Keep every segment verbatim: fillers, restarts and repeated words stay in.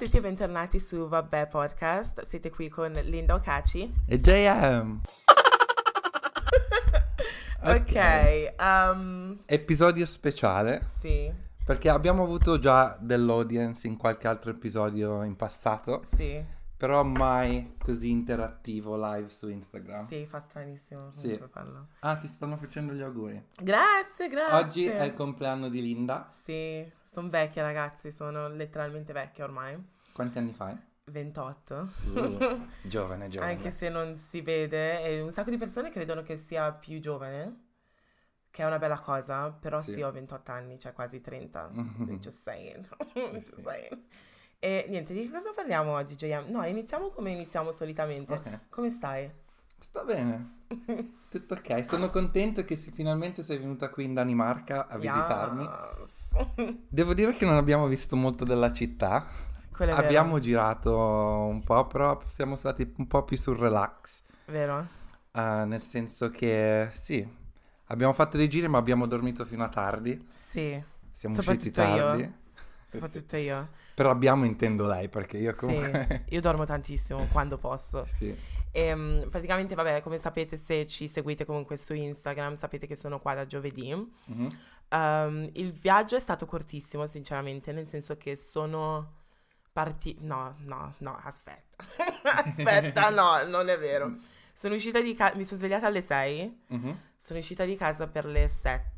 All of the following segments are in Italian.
tutti e bentornati su Vabbè Podcast. Siete qui con Linda Ocaci e J M. Ok, um, episodio speciale. Sì. Perché abbiamo avuto già dell'audience in qualche altro episodio in passato. Sì. Però mai così interattivo live su Instagram. Sì, fa stranissimo sì. farlo. Ah, ti stanno facendo gli auguri. Grazie, grazie. Oggi è il compleanno di Linda. Sì, sono vecchia ragazzi, sono letteralmente vecchia ormai. Quanti anni fai? ventotto. Uh, giovane, giovane. Anche se non si vede, e un sacco di persone credono che sia più giovane, che è una bella cosa, però sì, Sì. ho ventotto anni, cioè quasi trenta. Just saying. Just Sì. saying. E niente, di cosa parliamo oggi, J M? No, iniziamo come iniziamo solitamente. Ok. Come stai? Sta bene. Tutto ok. Sono contento che si- finalmente sei venuta qui in Danimarca a visitarmi. Yes. Devo dire che non abbiamo visto molto della città. Quello è vero. Abbiamo girato un po', però siamo stati un po' più sul relax. Vero? Uh, nel senso che sì, abbiamo fatto dei giri ma abbiamo dormito fino a tardi. Sì. Siamo Soprattutto usciti tardi. io. Soprattutto io. Però abbiamo, intendo lei, perché io comunque... Sì, io dormo tantissimo quando posso. Sì. E um, praticamente, vabbè, come sapete, se ci seguite comunque su Instagram, sapete che sono qua da giovedì. Mhm. Um, il viaggio è stato cortissimo, sinceramente, nel senso che sono parti... No, no, no, aspetta. Aspetta, no, non è vero. Sono uscita di casa, mi sono svegliata alle sei, Mhm. sono uscita di casa per le sette,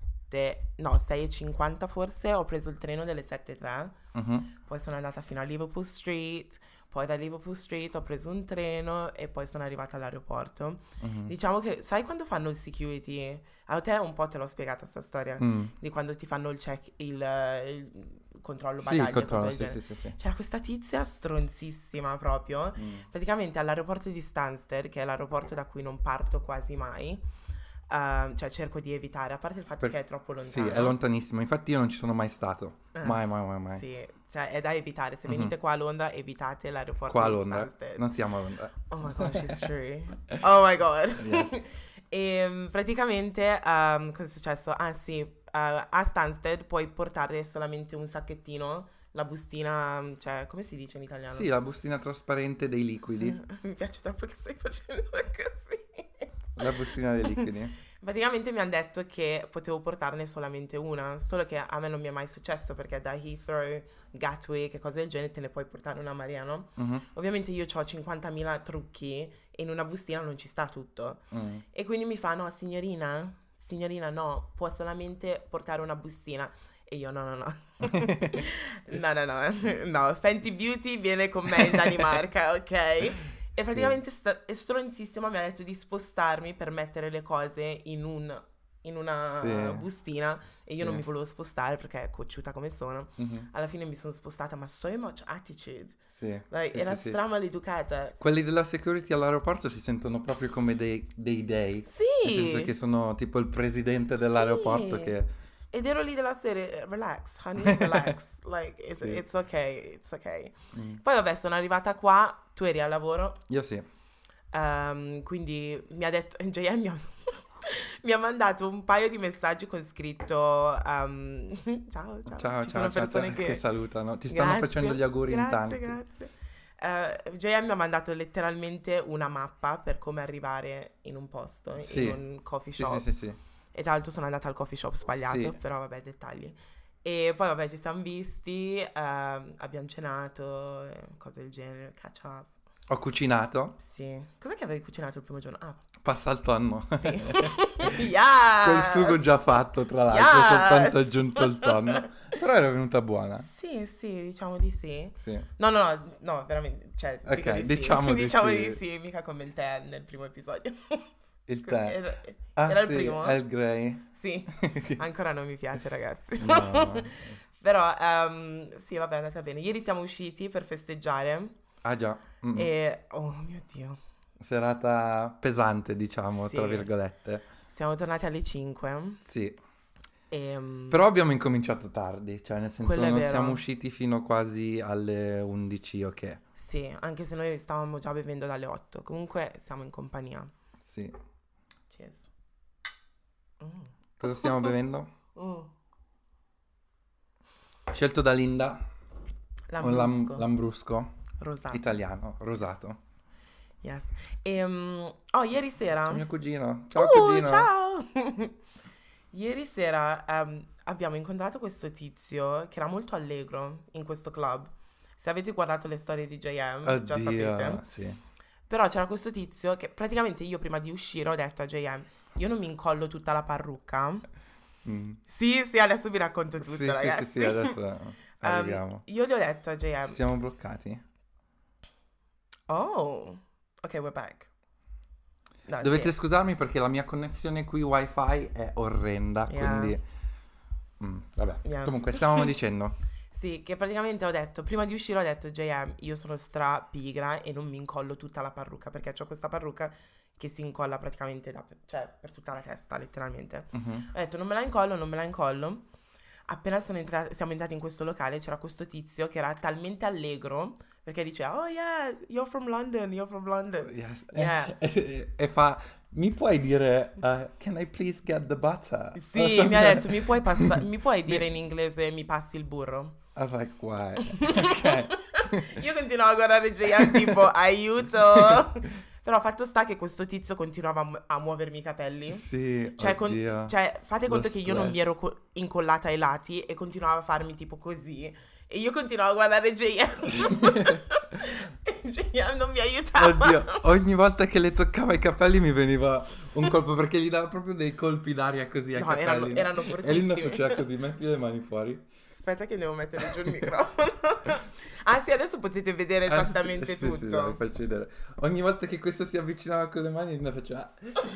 no, sei e cinquanta forse, ho preso il treno delle sette e tre, Mhm. poi sono andata fino a Liverpool Street, poi da Liverpool Street ho preso un treno e poi sono arrivata all'aeroporto. Mhm. Diciamo che, sai quando fanno il security? A te un po' te l'ho spiegata sta storia, Mm. di quando ti fanno il check, il, il controllo Sì, bagagli, il controllo, cose sì, del sì, genere. sì, sì. C'era questa tizia stronzissima proprio, Mm. praticamente all'aeroporto di Stansted, che è l'aeroporto da cui non parto quasi mai, ehm, cioè cerco di evitare, a parte il fatto Per- che è troppo Sì, lontano. è lontanissimo. Infatti io non ci sono mai stato. Eh, Mai, mai, mai, mai. Sì, cioè è da evitare. Se Mhm. venite qua a Londra, evitate l'aeroporto Qua a di Londra. Stansted. Non siamo a Londra. Oh my gosh, it's true. Oh my god. Yes. E um, praticamente, um, cosa è successo? Ah sì, uh, a Stansted puoi portare solamente un sacchettino, la bustina, um, cioè, come si dice in italiano? Sì, la bustina trasparente dei liquidi. Mi piace troppo che stai facendo così. La bustina dei liquidi. Praticamente mi hanno detto che potevo portarne solamente una, solo che a me non mi è mai successo perché da Heathrow, Gatwick e cose del genere te ne puoi portare una marea, no? Mhm. Ovviamente io ho cinquantamila trucchi e in una bustina non ci sta tutto. Mm. E quindi mi fa, no, signorina, signorina no, può solamente portare una bustina. E io no, no, no. no, no, no, no, Fenty Beauty viene con me in Danimarca, ok? E praticamente sta- è stronzissima, mi ha detto di spostarmi per mettere le cose in un in una Sì. bustina e io Sì. non mi volevo spostare perché cocciuta come sono. Mhm. Alla fine mi sono spostata, ma so much attitude. Sì. Like, Sì, era sì, sì. stramaleducata. Quelli della security all'aeroporto si sentono proprio come dei, dei dei. Nel senso Sì! che sono tipo il presidente dell'aeroporto Sì. che... Ed ero lì della serie, relax, honey, relax. Like, it's, Sì. it's okay, it's okay. Mm. Poi vabbè, sono arrivata qua, tu eri al lavoro, Io sì. ehm, quindi mi ha detto, J M mi ha, mi ha mandato un paio di messaggi con scritto, ehm, ciao, ciao, Ciao, ci ciao, sono ciao, persone ciao, che... salutano. Ti stanno Grazie, facendo gli auguri in tanti. Grazie, grazie. Uh, J M mi ha mandato letteralmente una mappa per come arrivare in un posto, Sì. in un coffee Sì, shop. sì, sì, sì. E tra l'altro sono andata al coffee shop sbagliato, Sì. però vabbè, dettagli. E poi vabbè, ci siamo visti, ehm, abbiamo cenato, eh, cose del genere, catch up. Ho cucinato. Sì. Cos'è che avevi cucinato il primo giorno? Ah, Passa al tonno. sì. Yes! Col sugo già fatto, tra l'altro, Yes! soltanto aggiunto il tonno. Però era venuta buona. Sì, sì, diciamo di sì. Sì. No, no, no, no, veramente, cioè, Ok, dico di sì. diciamo di diciamo sì. di sì, mica come il tè nel primo episodio. Il tè. Era, Ah, era sì, il primo? Earl Grey. Sì, ancora non mi piace, ragazzi. No. Però, ehm, sì, vabbè, è andata bene. Ieri siamo usciti per festeggiare Ah già. Mm. e... Oh, mio Dio. Serata pesante, diciamo, Sì. tra virgolette. Siamo tornati alle cinque. Sì. E, mm, Però abbiamo incominciato tardi, cioè nel senso Quello è non vero. siamo usciti fino quasi alle undici, ok? sì, anche se noi stavamo già bevendo dalle otto. Comunque siamo in compagnia. Sì. Cheers. Mm. Cosa stiamo bevendo? Mm. Scelto da Linda. Un lam- Lambrusco. lambrusco Rosato. italiano, rosato. Yes. E, um, oh, ieri sera... C'è mio cugino. Ciao Uh, cugino. ciao! Ieri sera um, abbiamo incontrato questo tizio che era molto allegro in questo club. Se avete guardato le storie di J M, già Oddio, sapete. sì. Però c'era questo tizio che praticamente io prima di uscire ho detto a J M, io non mi incollo tutta la parrucca. Mm. Sì, sì, adesso vi racconto tutto, Sì, sì, ragazzi. sì, sì, adesso arriviamo. Um, io gli ho detto a J M, Siamo bloccati? oh, ok, we're back. No, Dovete sì. scusarmi perché la mia connessione qui wifi è orrenda, Yeah. quindi... Mm, vabbè, Yeah. comunque stavamo dicendo... Sì, che praticamente ho detto, prima di uscire ho detto, J M, io sono stra pigra e non mi incollo tutta la parrucca, perché ho questa parrucca che si incolla praticamente da, cioè, per tutta la testa, letteralmente. Mhm. Ho detto, non me la incollo, non me la incollo. Appena sono entra- siamo entrati in questo locale, c'era questo tizio che era talmente allegro, perché diceva, oh yeah, you're from London, you're from London. Yes. Yeah. E, e- e fa, mi puoi dire, uh, can I please get the butter? Sì, mi ha detto, mi puoi, passa- mi puoi dire in inglese, mi passi il burro? I was like, why? Ok. Io continuavo a guardare J M tipo, aiuto! Però fatto sta che questo tizio continuava a, mu- a muovermi i capelli. Sì, Cioè, con- oddio. cioè, fate Lo conto che io non mi stress. ero co- incollata ai lati e continuava a farmi tipo così. E io continuavo a guardare J M. E J M non mi aiutava. Oddio, ogni volta che le toccava i capelli mi veniva un colpo perché gli dava proprio dei colpi d'aria così ai No, erano- capelli. no? erano E Linda fortissimi. faceva così, metti le mani fuori. Aspetta che devo mettere giù il microfono. Ah sì, adesso potete vedere Ah, sì, esattamente sì, sì, tutto. dai, faccio vedere. Ogni volta che questo si avvicinava con le mani, Linda faceva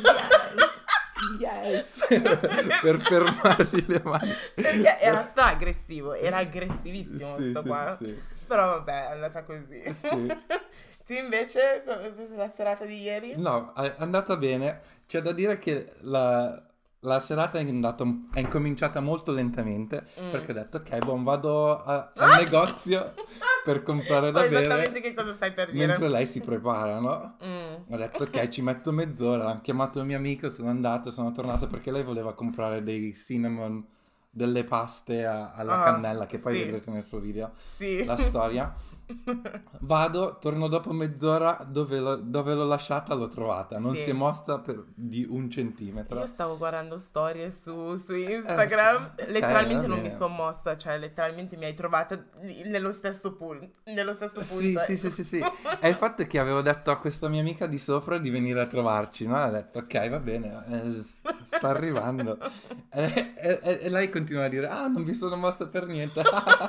yes, yes, per fermargli le mani. Perché era stra aggressivo, era aggressivissimo Sì, sto sì, qua. sì, sì. Però vabbè, è andata così. Sì. Tu invece, come la serata di ieri? No, è andata bene. C'è da dire che la, la serata è, andata, è incominciata molto lentamente Mm. perché ho detto ok, buon, vado a- al negozio per comprare So da esattamente bere che cosa stai per dire. mentre lei si prepara, no? Mm. Ho detto ok, ci metto mezz'ora. Ho chiamato il mio amico, sono andato, sono tornato perché lei voleva comprare dei cinnamon, delle paste a- alla Ah, cannella che poi sì. vedrete nel suo video, Sì. la storia. Vado, torno dopo mezz'ora, dove l'ho, dove l'ho lasciata l'ho trovata, non Sì. si è mossa per, di un centimetro. Io stavo guardando storie su, su Instagram, Eh, ok, letteralmente va non mi bene. sono mossa, cioè letteralmente mi hai trovata lì nello stesso punto, nello stesso Sì, punto. sì, sì, sì, sì. E il fatto è che avevo detto a questa mia amica di sopra di venire a trovarci, no? Ha detto, ok, va bene, eh, sta arrivando. E, e- e- e lei continua a dire, ah, non mi sono mossa per niente.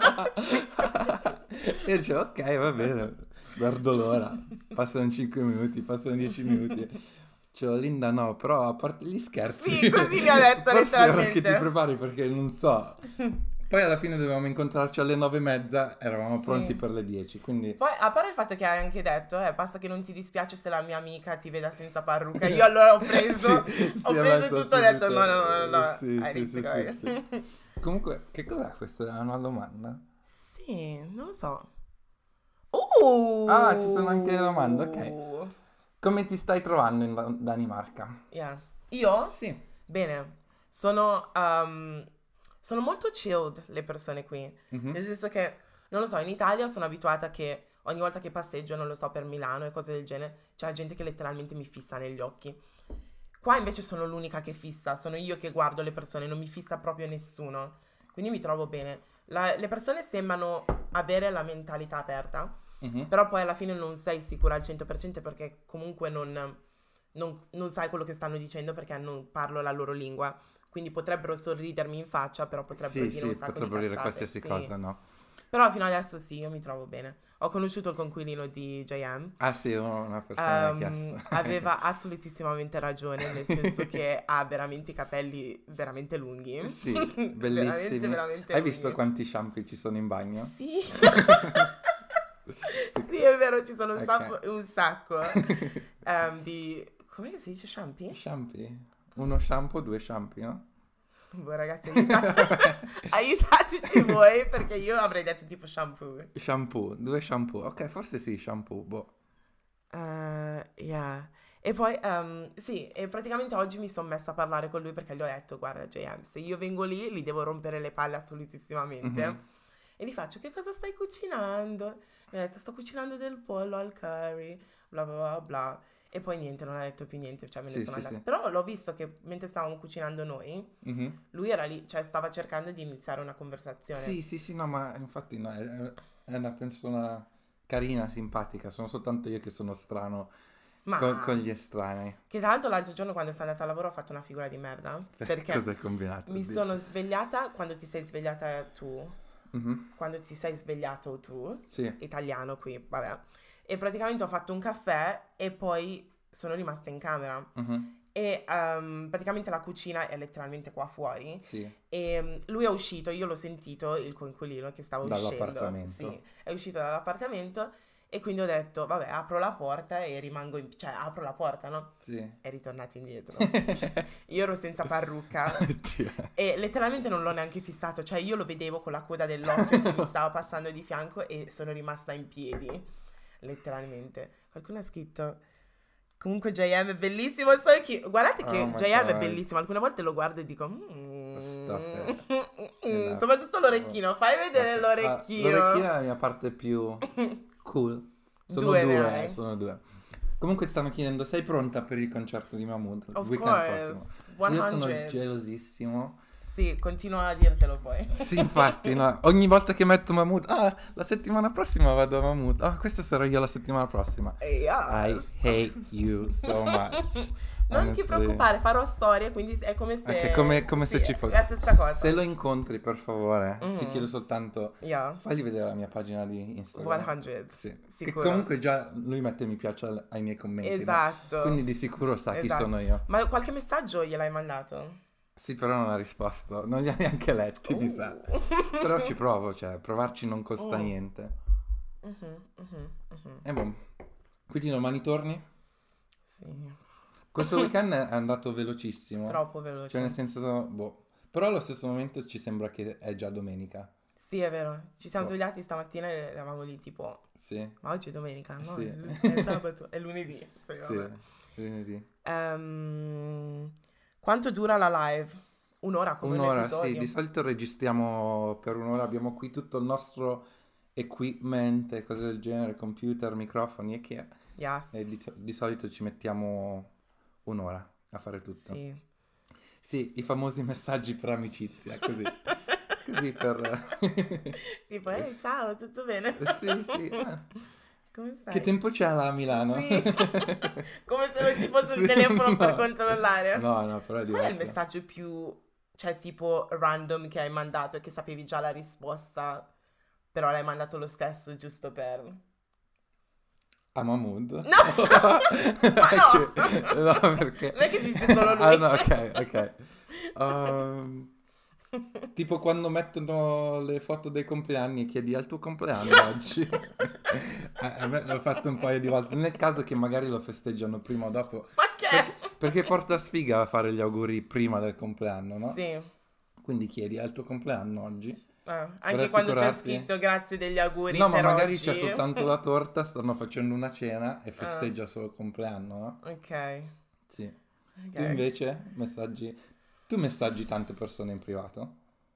E io dicevo, ok, va bene, guardo l'ora. Passano cinque minuti, passano dieci minuti. Dicevo, Linda, no, però a parte gli scherzi. Sì, così mi ha detto forse è ora che letteralmente. ti prepari perché non so. Poi alla fine dovevamo incontrarci alle nove e mezza, eravamo Sì. pronti per le dieci, quindi... Poi, a parte il fatto che hai anche detto, eh, basta che non ti dispiace se la mia amica ti veda senza parrucca. Io allora ho preso, Sì, ho sì, preso adesso tutto e ho detto, no, no, no, no, no. Sì, I sì, need sì, to sì, go. sì. Comunque, che cos'è questa? È una domanda? Sì, non lo so. Uh! Ah, ci sono anche le domande, ok. Come ti stai trovando in Da- Danimarca? Yeah. Io? Sì. Bene. Sono, um, sono molto chilled le persone qui. Mhm. Nel senso che, non lo so, in Italia sono abituata che ogni volta che passeggio, non lo so, per Milano e cose del genere, c'è gente che letteralmente mi fissa negli occhi. Qua invece sono l'unica che fissa, sono io che guardo le persone, non mi fissa proprio nessuno. Quindi mi trovo bene. La- le persone sembrano avere la mentalità aperta, Mhm. però poi alla fine non sei sicura al cento per cento perché comunque non, non- non sai quello che stanno dicendo perché non parlo la loro lingua. Quindi potrebbero sorridermi in faccia, però potrebbero Sì, dire sì, un sacco potrebbero di dire cazzate. qualsiasi Sì. cosa, no? Però fino adesso sì, io mi trovo bene. Ho conosciuto il conquilino di J M. Ah sì, una persona Ehm, mi ha chiesto. aveva assolutissimamente ragione, nel senso che ha veramente i capelli veramente lunghi. Sì, Veramente, bellissimi. veramente Hai lunghi. visto quanti shampoo ci sono in bagno? Sì. Sì, è vero, ci sono un, Ok. sacco, un sacco ehm, di... Come si dice? Shampoo? Shampoo? Uno shampoo, due shampoo, no? Boh, ragazzi, aiutate- aiutateci voi perché io avrei detto tipo shampoo. Shampoo, due shampoo. Ok, forse sì, shampoo, boh. Eh, yeah. E poi, ehm, sì, e praticamente oggi mi sono messa a parlare con lui perché gli ho detto, guarda J M, se io vengo lì, li devo rompere le palle assolutissimamente. Mhm. E gli faccio, che cosa stai cucinando? Mi ha detto, sto cucinando del pollo al curry, bla bla bla bla. E poi niente, non ha detto più niente, cioè me ne Sì, sono sì, andata. sì. Però l'ho visto che mentre stavamo cucinando noi, Mhm. lui era lì, cioè stava cercando di iniziare una conversazione. Sì, sì, sì, no, ma infatti no, è, è una persona carina, simpatica. Sono soltanto io che sono strano co- con, Ma gli estranei. che tra l'altro l'altro giorno quando sono andata a lavoro ho fatto una figura di merda. Perché Cosa hai combinato? mi Oddio. sono svegliata quando ti sei svegliata tu, Mhm. quando ti sei svegliato tu, Sì. italiano qui, vabbè. E praticamente ho fatto un caffè e poi sono rimasta in camera. Mhm. E ehm, praticamente la cucina è letteralmente qua fuori. Sì, E mm, lui è uscito, io l'ho sentito, il coinquilino che stava uscendo. Sì, dall'appartamento. è uscito dall'appartamento e quindi ho detto, vabbè, apro la porta e rimango in... cioè apro la porta, no? Sì. È ritornato indietro. Io ero senza parrucca Oddio. e letteralmente non l'ho neanche fissato, cioè io lo vedevo con la coda dell'occhio che mi stava passando di fianco e sono rimasta in piedi, letteralmente. Qualcuno ha scritto, comunque J M è bellissimo, sai chi... Guardate Oh che my J M è God. bellissimo, alcune volte lo guardo e dico, Stuff mm, it. mm, Enough. soprattutto l'orecchino, fai vedere Ok. Ah, l'orecchino è l'orecchino. la mia parte più cool. Sono Due ne due, eh, hai. sono due. Comunque stanno chiedendo, sei pronta per il concerto di Mahmood? Il Of weekend course, prossimo. Io sono cento. gelosissimo. Sì, continua a dirtelo poi. Sì, infatti, no. Ogni volta che metto Mahmood, ah, la settimana prossima vado a Mahmood. Ah, questa sarò io la settimana prossima. I Yes. hate you so much. Non ti Honestly. preoccupare, farò storie, quindi è come se... Anche come, come sì, se ci è fosse. la stessa cosa. Se lo incontri, per favore, ti Mhm. chiedo soltanto, Yeah, fagli vedere la mia pagina di Instagram. cento, Sì. Che sicuro. comunque già lui mette mi piace al- ai miei commenti, no? Esatto. Quindi di sicuro sa chi Esatto. sono io. Ma qualche messaggio gliel'hai mandato? Sì, però non ha risposto. Non li ha neanche letti, mi sa. Uh. Però ci provo, cioè, provarci non costa Mm. niente. Mhm, mhm, mhm. E boh. Quindi domani torni? Sì, Questo weekend è andato velocissimo. troppo veloce. Cioè, nel senso, boh. Però allo stesso momento ci sembra che è già domenica. Sì, è vero. Ci siamo Oh. svegliati stamattina e eravamo lì tipo, Sì. ma oggi è domenica, no? Sì. È, è sabato, è lunedì. Sì, Sì, vabbè. venerdì. Ehm, quanto dura la live? Un'ora come un Un'ora, sì, episodio? di solito registriamo per un'ora, abbiamo qui tutto il nostro equipment e cose del genere, computer, microfoni e che Yes. e di, di solito ci mettiamo un'ora a fare tutto. Sì. Sì, i famosi messaggi per amicizia, così, così per... Tipo, ehi, ciao, tutto bene? Sì, sì. Ah, Come stai? che tempo c'è là a Milano? Sì. Come se non ci fosse Sì, il telefono per no. controllare. No, no, però è Qual è il diverso. messaggio più, cioè, tipo, random che hai mandato e che sapevi già la risposta, però l'hai mandato lo stesso giusto per... A Mahmood? No! Ma no! No, perché... Non è che esiste solo lui. Ah, no, ok, ok. Um, tipo quando mettono le foto dei compleanni e chiedi al tuo compleanno oggi. A a me l'ho fatto un paio di volte. Nel caso che magari lo festeggiano prima o dopo. Ma che? Perché, perché porta sfiga a fare gli auguri prima del compleanno, no? Sì. Quindi chiedi al tuo compleanno oggi. Ah, Per anche quando c'è assicurarti- scritto grazie degli auguri No, ma per magari oggi. c'è soltanto la torta, stanno facendo una cena e Ah. festeggia solo il compleanno, no? Ok. Sì. Ok. Tu invece messaggi... Tu messaggi tante persone in privato?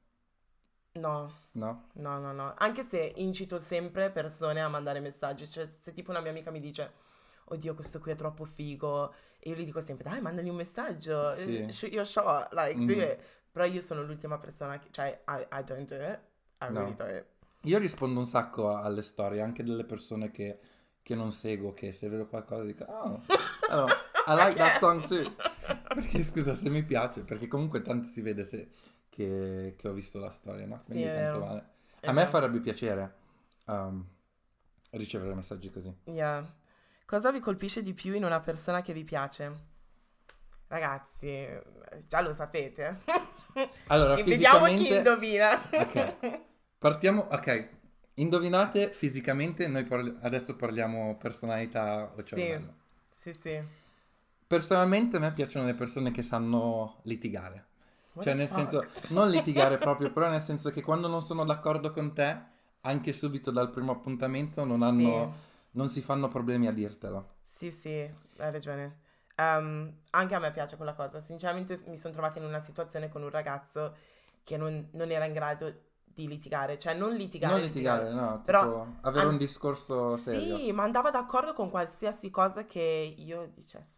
No, No? no, no, no. Anche se incito sempre persone a mandare messaggi. Cioè, se tipo una mia amica mi dice, oddio, questo qui è troppo figo, e io gli dico sempre, dai, mandagli un messaggio, Sì. eh, shoot your shot, like, do Mhm. it. Però io sono l'ultima persona che, cioè, I, I don't do it. I No. really do it. Io rispondo un sacco a- alle storie, anche delle persone che, che non seguo, che se vedo qualcosa dico, oh, oh, I like that song too. Perché scusa, se mi piace, perché comunque tanto si vede se, che, che ho visto la storia, no? Quindi Sì, è tanto vero. vale. È A me vero. farebbe piacere um, ricevere messaggi così. Yeah. Cosa vi colpisce di più in una persona che vi piace? Ragazzi, eh, già lo sapete. Allora, E vediamo chi fisicamente... indovina. Ok. Partiamo, ok. Indovinate fisicamente, noi parli- adesso parliamo personalità o Sì, cervello. sì, sì. Personalmente a me piacciono le persone che sanno litigare. What Cioè the nel fuck? senso, non litigare proprio, però nel senso che quando non sono d'accordo con te, anche subito dal primo appuntamento non hanno, non si fanno problemi a dirtelo. Sì, sì, hai ragione. Ehm, anche a me piace quella cosa. Sinceramente mi sono trovata in una situazione con un ragazzo che non, non era in grado di litigare, cioè non litigare, Non litigare, no, però tipo avere an- un discorso serio. sì, ma andava d'accordo con qualsiasi cosa che io dicesse.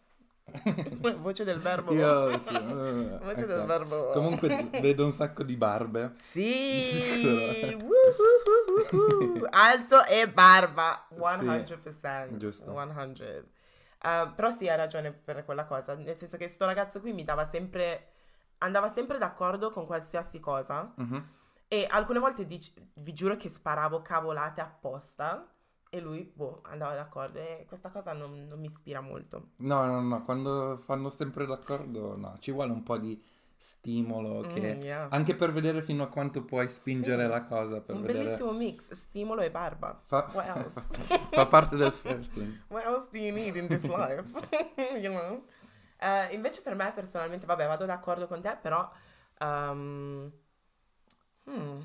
Voce del verbo. Io sì. eh, Voce del ok. verbo. Comunque vedo un sacco di barbe. Sì, Sicuro. Woohoohoohoo. Alto e barba, Sì, cento per cento, giusto. cento. Uh, però sì, hai ragione per quella cosa, nel senso che sto ragazzo qui mi dava sempre, andava sempre d'accordo con qualsiasi cosa Mhm. e alcune volte dic- vi giuro che sparavo cavolate apposta e lui, boh, andava d'accordo e questa cosa non, non mi ispira molto. No, no, no, quando fanno sempre d'accordo, no, ci vuole un po' di stimolo che Mm, yes. anche per vedere fino a quanto puoi spingere Sì. la cosa, per Un vedere bellissimo mix, stimolo e barba. fa, What else? fa parte del flirting. What else do you need in this life? You know? Eh, invece per me personalmente, vabbè, vado d'accordo con te, però um, hmm,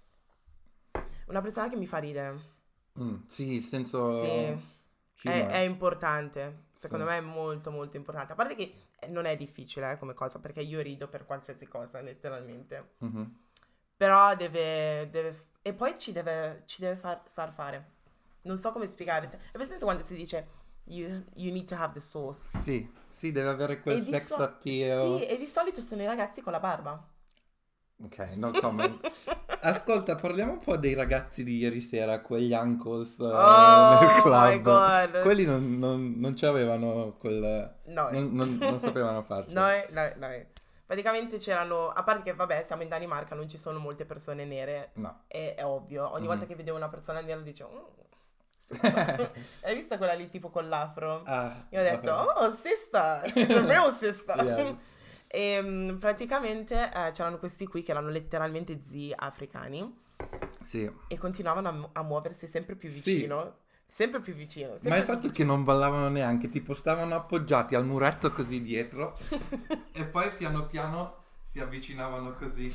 una persona che mi fa ridere. Mm, sì, il senso Sì, è, humor. è importante. Secondo Sì. me è molto molto importante. A parte che eh, non è difficile eh, come cosa, perché io rido per qualsiasi cosa, letteralmente. Mhm. Però deve, deve e poi ci deve, ci deve far, sar fare. Non so come spiegare. Cioè, è presente quando si dice you, you need to have the sauce. Sì, sì, deve avere quel E di sex so- appeal. Sì, e di solito sono i ragazzi con la barba. Ok, no comment. Ascolta, parliamo un po' dei ragazzi di ieri sera, quegli uncles eh, Oh nel my club. God. Quelli non, non, non ci avevano quel... Noi. Non, non- non sapevano farci. Noi, noi, noi. Praticamente c'erano, a parte che vabbè, siamo in Danimarca, non ci sono molte persone nere, No. è, è ovvio. Ogni Mhm. volta che vedevo una persona nera dicevo, "Mm, sister." Hai visto quella lì tipo con l'afro? Ah, Io ho detto, vabbè. oh, sister, she's a real sister. Yes. E mm, praticamente eh, c'erano questi qui che erano letteralmente zii africani Sì. e continuavano a, mu- a muoversi sempre più Sì. vicino, sempre più vicino. sempre Ma il più fatto che vicino. non ballavano neanche, tipo stavano appoggiati al muretto così dietro e poi piano piano si avvicinavano così.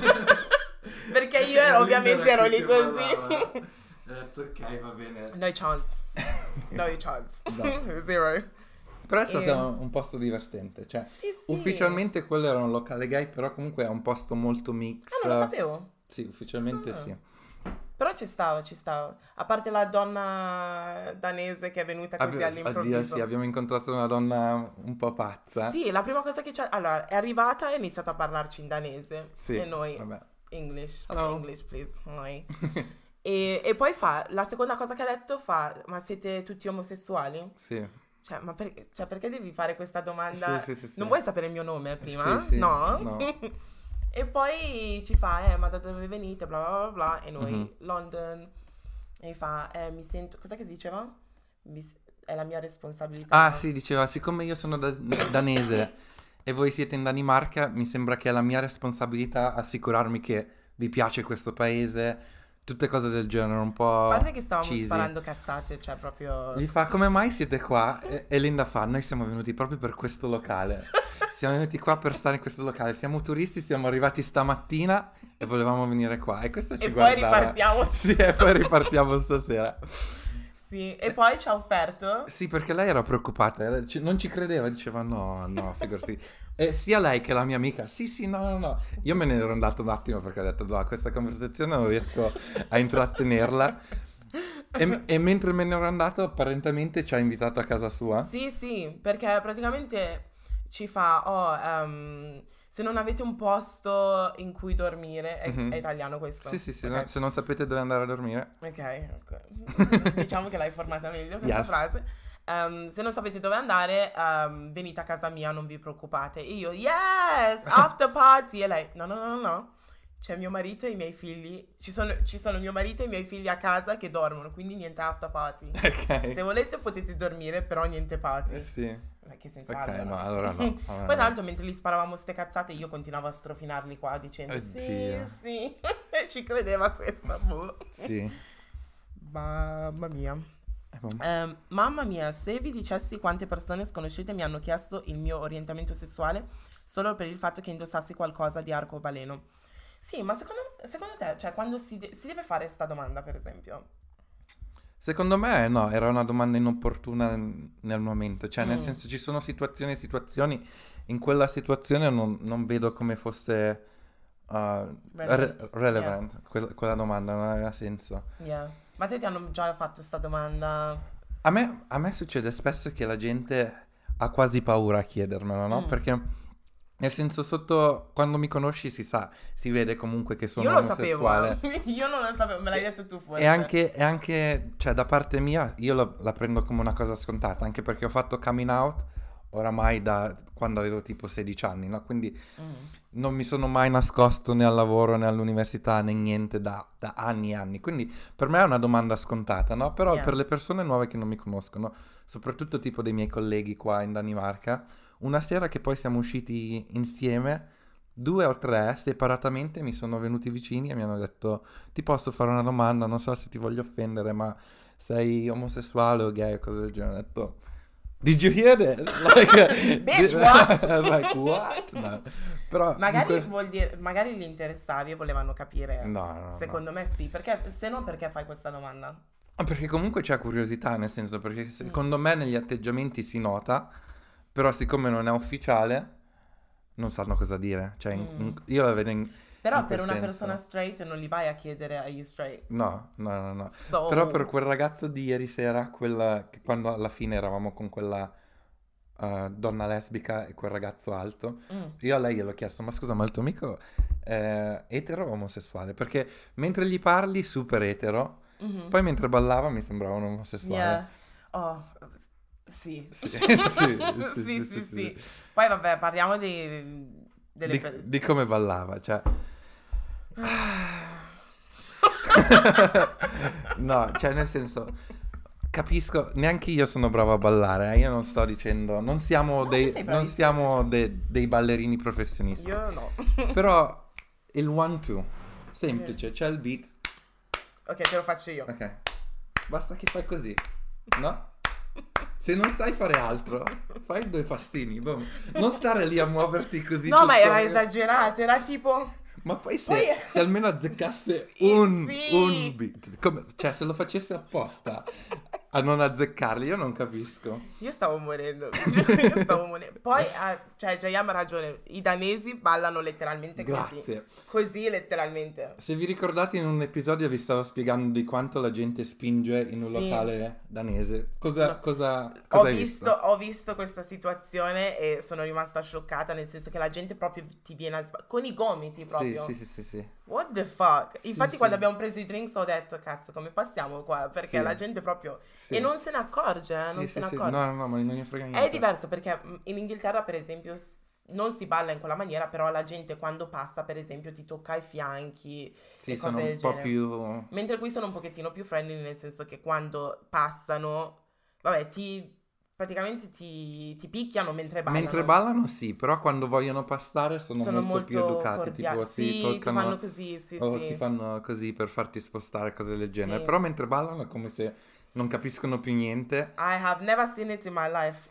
Perché io E ero- la ovviamente leader ero che lì così. ballava. Ho detto ok, va bene. No chance. No chance. No. Zero. Però è stato E- un posto divertente, cioè Sì, sì. ufficialmente quello era un locale gay, però comunque è un posto molto mix. Ah, non lo sapevo. Sì, ufficialmente Ah. sì. Però ci stava, ci stava. A parte la donna danese che è venuta così Abbi- all'improvviso. oddio, sì, abbiamo incontrato una donna un po' pazza. Sì, la prima cosa che c'è... Allora, è arrivata e ha iniziato a parlarci in danese. Sì, E noi, vabbè. English, Hello. English please. Noi. e, e poi fa, la seconda cosa che ha detto fa, ma siete tutti omosessuali? Sì. Cioè, ma per- cioè, perché devi fare questa domanda? Sì, sì, sì, sì. Non vuoi sapere il mio nome prima? Sì, sì, No? no. E poi ci fa, eh, ma da dove venite? Bla bla bla bla. E noi, Mhm. London. E mi fa, eh, mi sento... Cos'è che diceva? Mi s- è la mia responsabilità. Ah, sì, diceva, siccome io sono da- danese e voi siete in Danimarca, mi sembra che è la mia responsabilità assicurarmi che vi piace questo paese, tutte cose del genere, un po' A parte che stavamo cheesy. sparando cazzate, cioè proprio... Gli fa, come mai siete qua? E, e Linda fa, noi siamo venuti proprio per questo locale. Siamo venuti qua per stare in questo locale. Siamo turisti, siamo arrivati stamattina e volevamo venire qua. E questo ci E poi guardava. ripartiamo. Sì, e poi ripartiamo stasera. Sì, e poi ci ha offerto... Sì, perché lei era preoccupata, era- ci- non ci credeva, diceva no, no, figurati. E sia lei che la mia amica, sì, sì, no, no, no. Io me ne ero andato un attimo perché ho detto, no, questa conversazione non riesco a intrattenerla. E, e mentre me ne ero andato, apparentemente ci ha invitato a casa sua. Sì, sì, perché praticamente ci fa, oh, ehm, se non avete un posto in cui dormire, è, Mhm. è italiano questo? Sì, sì, sì, Ok. no- se non sapete dove andare a dormire. Ok, ok. Diciamo che l'hai formata meglio questa Yes. frase. Ehm, se non sapete dove andare, ehm, venite a casa mia, non vi preoccupate. E io, yes, after party. E lei, no, no, no, no, no. C'è mio marito e i miei figli. Ci sono, ci sono mio marito e i miei figli a casa che dormono, quindi niente after party. Ok. Se volete potete dormire, però niente party. Eh, sì. Ma che senso Ok, ha, no, allora no. Allora Poi no. tra l'altro mentre gli sparavamo ste cazzate io continuavo a strofinarli qua dicendo sì, Oddio. sì. E ci credeva questa, boh. Sì. Mamma mia. Eh, boh. Ehm, mamma mia, se vi dicessi quante persone sconosciute mi hanno chiesto il mio orientamento sessuale solo per il fatto che indossassi qualcosa di arcobaleno. Sì, ma secondo, secondo te, cioè, quando si, de- si deve fare sta domanda, per esempio? Secondo me no, era una domanda inopportuna n- nel momento, cioè nel Mm. senso ci sono situazioni e situazioni, in quella situazione non, non vedo come fosse uh, Relevant. re- relevant, que- quella domanda non aveva senso. Yeah. Ma te ti hanno già fatto sta domanda? A me, a me succede spesso che la gente ha quasi paura a chiedermelo, no? Mm. Perché nel senso sotto, quando mi conosci si sa, si vede comunque che sono Io lo sapevo, omosessuale. eh. Io non lo sapevo, me l'hai detto tu fuori. E anche, e anche, cioè da parte mia, io lo- la prendo come una cosa scontata, anche perché ho fatto coming out oramai da quando avevo tipo sedici anni, no? Quindi Mm. non mi sono mai nascosto né al lavoro né all'università né niente da, da anni e anni. Quindi per me è una domanda scontata, no? Però Yeah. per le persone nuove che non mi conoscono, soprattutto tipo dei miei colleghi qua in Danimarca, una sera che poi siamo usciti insieme, due o tre separatamente mi sono venuti vicini e mi hanno detto: ti posso fare una domanda, non so se ti voglio offendere, ma sei omosessuale o gay o cose del genere. Ho detto: Did you hear this? Like, Bitch, what? like, what? No. Però Magari in que- vuol dire, magari li interessavi e volevano capire. No, no, Secondo me sì, perché se no perché fai questa domanda? no. Perché comunque c'è curiosità, nel senso, perché Mm. secondo me negli atteggiamenti si nota, però siccome non è ufficiale, non sanno cosa dire. Cioè, in- Mm. in- io la vedo in... Però in per quel una senso. persona straight non gli vai a chiedere are you straight? No, no, no, no. So, Però per quel ragazzo di ieri sera, quella, che quando alla fine eravamo con quella eh, donna lesbica e quel ragazzo alto, Mm. io a lei gliel'ho chiesto: ma scusa, ma il tuo amico è etero o omosessuale? Perché mentre gli parli, super etero, Mhm. poi mentre ballava mi sembrava un omosessuale. Yeah. Oh, sì. Sì, sì, sì, sì, sì, sì, sì, sì. Poi vabbè, parliamo di, delle Di, per- di come ballava, cioè... No, cioè nel senso, capisco, neanche io sono bravo a ballare, eh, io non sto dicendo, non siamo, No, dei, tu sei non bravissimo, siamo invece. de- dei ballerini professionisti, Io no. però il one two, semplice, c'è il beat, Ok, te lo faccio io. ok, basta che fai così, no? Se non sai fare altro, fai due passini, boom. Non stare lì a muoverti così. No, ma tutto- era esagerato, era tipo... Ma poi se, Poi- se almeno azzeccasse Sì, un, sì. un beat, come- cioè se lo facesse apposta a non azzeccarli, io non capisco. Io stavo morendo, io stavo morendo. Poi, ah, cioè, Jayam ha ragione, i danesi ballano letteralmente così. Grazie. Così letteralmente. Se vi ricordate, in un episodio vi stavo spiegando di quanto la gente spinge in un Sì. locale danese. Cosa, No. cosa, Ho cosa hai visto, visto? ho visto questa situazione e sono rimasta scioccata, nel senso che la gente proprio ti viene a sba- con i gomiti Sì, proprio. sì, sì, sì, sì. What the fuck? Sì, Infatti sì. quando abbiamo preso i drinks ho detto cazzo come passiamo qua, perché Sì. la gente proprio... Sì. E non se ne accorge, eh, Sì, non sì, se ne sì. accorge. No, no, no, ma non ne frega niente. È diverso perché mh, in Inghilterra, per esempio, s- non si balla in quella maniera, però la gente quando passa, per esempio, ti tocca ai fianchi Sì, e sono cose un del po' genere. più... Mentre qui sono un pochettino più friendly, nel senso che quando passano, vabbè, ti praticamente ti, ti picchiano mentre ballano. Mentre ballano sì, però quando vogliono passare sono, Sono molto, più molto educati, cordiali. tipo Sì, ti ti toccano fanno così, sì, o sì. ti fanno così per farti spostare, cose del genere. Sì. Però mentre ballano è come se non capiscono più niente. I have never seen it in my life.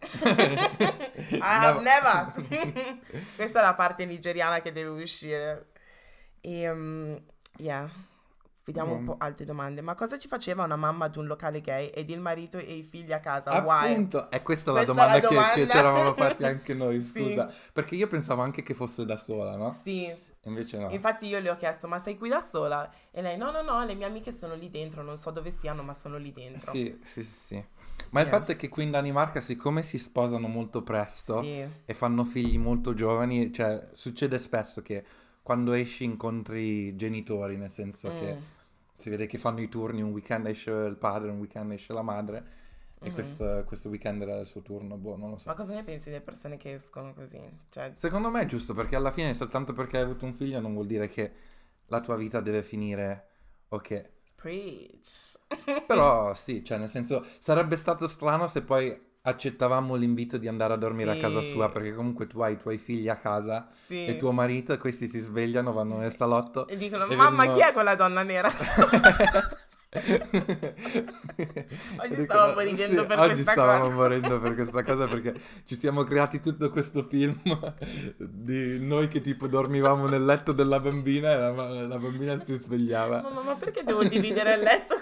I have never. Questa è la parte nigeriana che deve uscire. E, um, yeah. Vediamo un Mm. po' altre domande. Ma cosa ci faceva una mamma ad un locale gay ed il marito e i figli a casa? Why? Appunto, è questa la Questa è domanda, la che- Che, domanda. ci eravamo fatti anche noi, Sì. scusa. Perché io pensavo anche che fosse da sola, no? Sì. Invece no. Infatti io le ho chiesto, ma sei qui da sola? E lei, no, no, no, le mie amiche sono lì dentro, non so dove siano, ma sono lì dentro. Sì, sì, sì, sì. Ma il Yeah. fatto è che qui in Danimarca, siccome si sposano molto presto Sì. e fanno figli molto giovani, cioè succede spesso che quando esci incontri i genitori, nel senso che Mm. si vede che fanno i turni, un weekend esce il padre, un weekend esce la madre, e Mhm. questo, questo weekend era il suo turno, boh, non lo so. Ma cosa ne pensi delle persone che escono così? Cioè, Secondo me è giusto, perché alla fine soltanto perché hai avuto un figlio non vuol dire che la tua vita deve finire o che... preach. Però sì, cioè nel senso sarebbe stato strano se poi accettavamo l'invito di andare a dormire a casa Sì. sua, perché comunque tu hai i tuoi figli a casa Sì. e tuo marito, e questi si svegliano, vanno nel salotto E dicono, e mamma, vedono- chi è quella donna nera? Oggi stavamo ridendo per oggi questa stavamo cosa. morendo per questa cosa, perché ci siamo creati tutto questo film di noi che tipo dormivamo nel letto della bambina e la, la bambina si svegliava. Mamma, ma perché devo dividere il letto?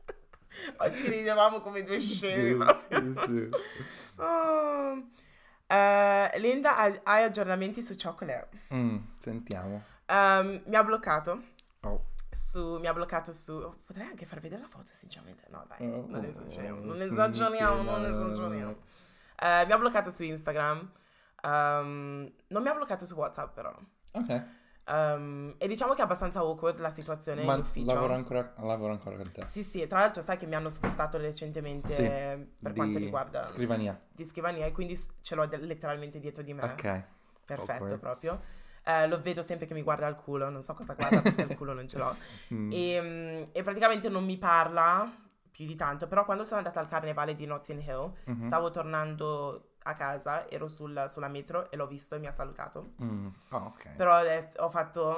Oggi ridevamo come due scemi Sì, proprio. sì, sì. Oh. Eh, Linda, hai, hai aggiornamenti su Chocolate? Mm, sentiamo. Um, mi ha bloccato. Oh. Su, mi ha bloccato su... Potrei anche far vedere la foto, sinceramente. No, dai, Oh, non oh, esageriamo. oh, Non sì, esageriamo, sì, non no, no, no, esageriamo. no. Eh, mi ha bloccato su Instagram. Um, non mi ha bloccato su WhatsApp, però. Ok. Um, e diciamo che è abbastanza awkward la situazione Ma in ufficio. lavora ancora, lavora ancora con te? Sì, sì, e tra l'altro sai che mi hanno spostato recentemente Sì, per di quanto riguarda scrivania. di scrivania, e quindi s- ce l'ho de- letteralmente dietro di me. Ok. Perfetto, Awkward. proprio. Eh, lo vedo sempre che mi guarda al culo, non so cosa guarda perché il culo non ce l'ho. Mm. E, mm, e praticamente non mi parla più di tanto, però quando sono andata al carnevale di Notting Hill, Mhm. stavo tornando a casa, ero sul- sulla metro e l'ho visto e mi ha salutato. Mm. Oh, ok. Però ho, detto- ho fatto...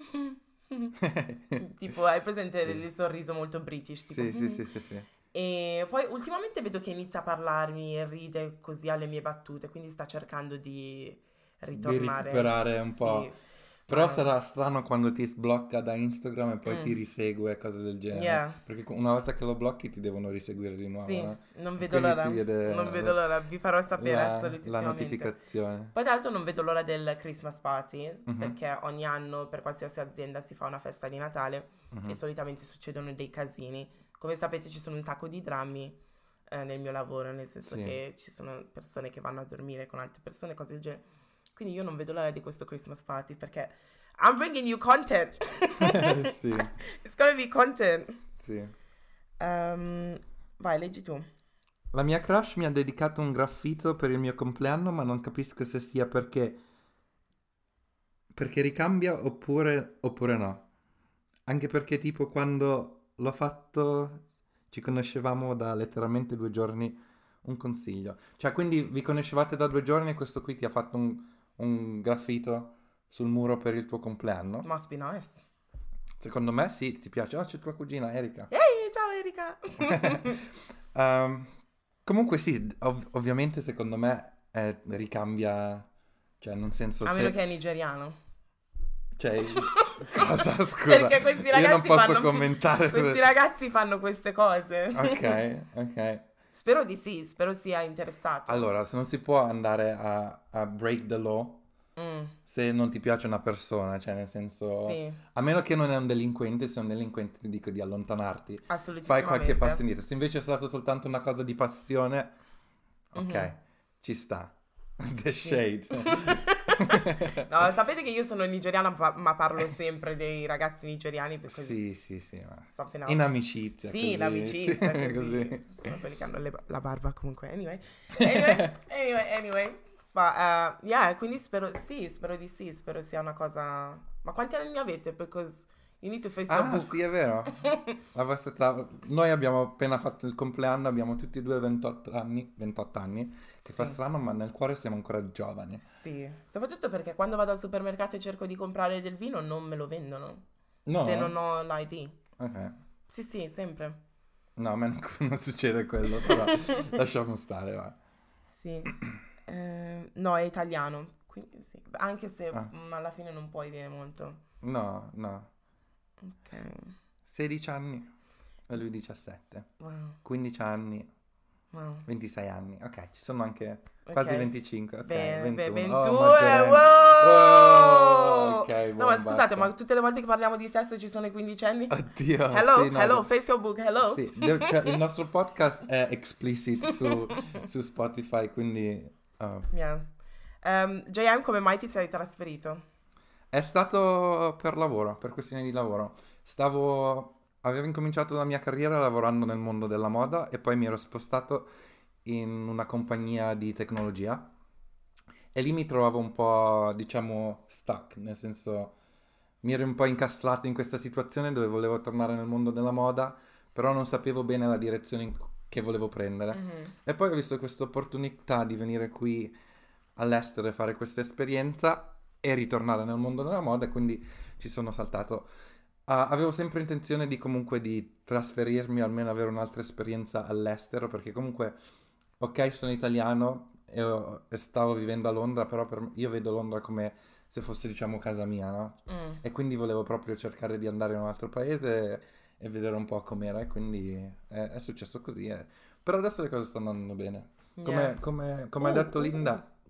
tipo, hai presente Sì. il sorriso molto british, tipo... Sì, sì, sì, sì, sì. E poi ultimamente vedo che inizia a parlarmi e ride così alle mie battute, quindi sta cercando di ritornare. Di recuperare un Sì, po'. Però ma- sarà strano quando ti sblocca da Instagram e poi Mm. ti risegue, cose del genere. Yeah. Perché una volta che lo blocchi ti devono riseguire di nuovo, Sì, no? non E vedo quindi l'ora, ti viene non vedo l'ora, vi farò sapere la, la assolutissimamente. notificazione. Poi tra l'altro non vedo l'ora del Christmas party, Mhm. perché ogni anno per qualsiasi azienda si fa una festa di Natale Mhm. e solitamente succedono dei casini. Come sapete ci sono un sacco di drammi eh, nel mio lavoro, nel senso Sì. che ci sono persone che vanno a dormire con altre persone, cose del genere. Quindi io non vedo l'ora di questo Christmas party perché I'm bringing you content. Sì, It's gonna be content. sì. Um, vai, leggi tu. La mia crush mi ha dedicato un graffito per il mio compleanno, ma non capisco se sia perché perché ricambia oppure oppure no. Anche perché tipo quando l'ho fatto ci conoscevamo da letteralmente due giorni. Un consiglio. Cioè, quindi vi conoscevate da due giorni e questo qui ti ha fatto un, un graffito sul muro per il tuo compleanno? Must be nice. Secondo me sì, ti piace. Oh, c'è tua cugina Erika. Ehi, ciao Erika. Ehm, comunque sì, ov- ovviamente secondo me eh, ricambia, cioè nel senso A se... meno che è nigeriano. Cioè, cosa, scusa? Perché questi Io ragazzi non posso fanno commentare. questi ragazzi fanno queste cose. Ok, ok. Spero di sì, spero sia interessato. Allora, se non si può andare a, a break the law Mm, se non ti piace una persona, cioè nel senso... sì, A meno che non è un delinquente, se è un delinquente ti dico di allontanarti. Fai assolutissimamente. qualche passo indietro. Se invece è stato soltanto una cosa di passione, ok, Mhm. ci sta. The shade. No, sapete che io sono nigeriana, pa- ma parlo sempre dei ragazzi nigeriani perché Sì, sì, sì. Ma... something else. In amicizia. Sì, così, in amicizia, sì, così. Sono quelli che hanno le- la barba comunque. Anyway, anyway, anyway, anyway. Ma, uh, yeah, quindi spero, sì, spero di sì, spero sia una cosa... Ma quanti anni ne avete? Because you need to face your Ah, book. sì, è vero. La vostra tra- Noi abbiamo appena fatto il compleanno, abbiamo tutti e due ventotto anni, ventotto anni, che fa Sì. strano, ma nel cuore siamo ancora giovani. Sì, soprattutto perché quando vado al supermercato e cerco di comprare del vino non me lo vendono. No? Se non ho l'I D. Ok. Sì, sì, sempre. No, a me non, non succede quello, però lasciamo stare, va. Sì. Eh, no, è italiano. Quindi sì. Anche se Ah. mm, alla fine non puoi dire molto. No, no. Ok. sedici anni e lui diciassette. Wow. quindici anni, Wow. ventisei anni. Ok, ci sono anche Ok. quasi venticinque. Ok, Bene, beh, ventuno. ventuno. Oh, maggiorenne. Wow! Oh, ok, No, buon, ma scusate, basta. ma tutte le volte che parliamo di sesso ci sono i quindicenni? Oddio, Hello, sì, no, hello, no. face your book, hello. Sì, de- cioè, il nostro podcast è explicit su, su Spotify, quindi oh. Yeah. Um, J M, come mai ti sei trasferito? È stato per lavoro, per questioni di lavoro. Stavo, avevo incominciato la mia carriera lavorando nel mondo della moda e poi mi ero spostato in una compagnia di tecnologia e lì mi trovavo un po', diciamo, stuck, nel senso mi ero un po' incastrato in questa situazione dove volevo tornare nel mondo della moda, però non sapevo bene la direzione in cu- che volevo prendere. Mhm. E poi ho visto questa opportunità di venire qui all'estero e fare questa esperienza e ritornare nel mondo della moda e quindi ci sono saltato. Ah, avevo sempre intenzione di comunque di trasferirmi, almeno avere un'altra esperienza all'estero, perché comunque, ok, sono italiano e, ho- e stavo vivendo a Londra, però per- io vedo Londra come se fosse, diciamo, casa mia, no? Mm. E quindi volevo proprio cercare di andare in un altro paese e, e vedere un po' com'era, e quindi è, è successo così. eh. Però adesso le cose stanno andando bene. Come, Yeah. come- come ha Uh, detto uh, Linda,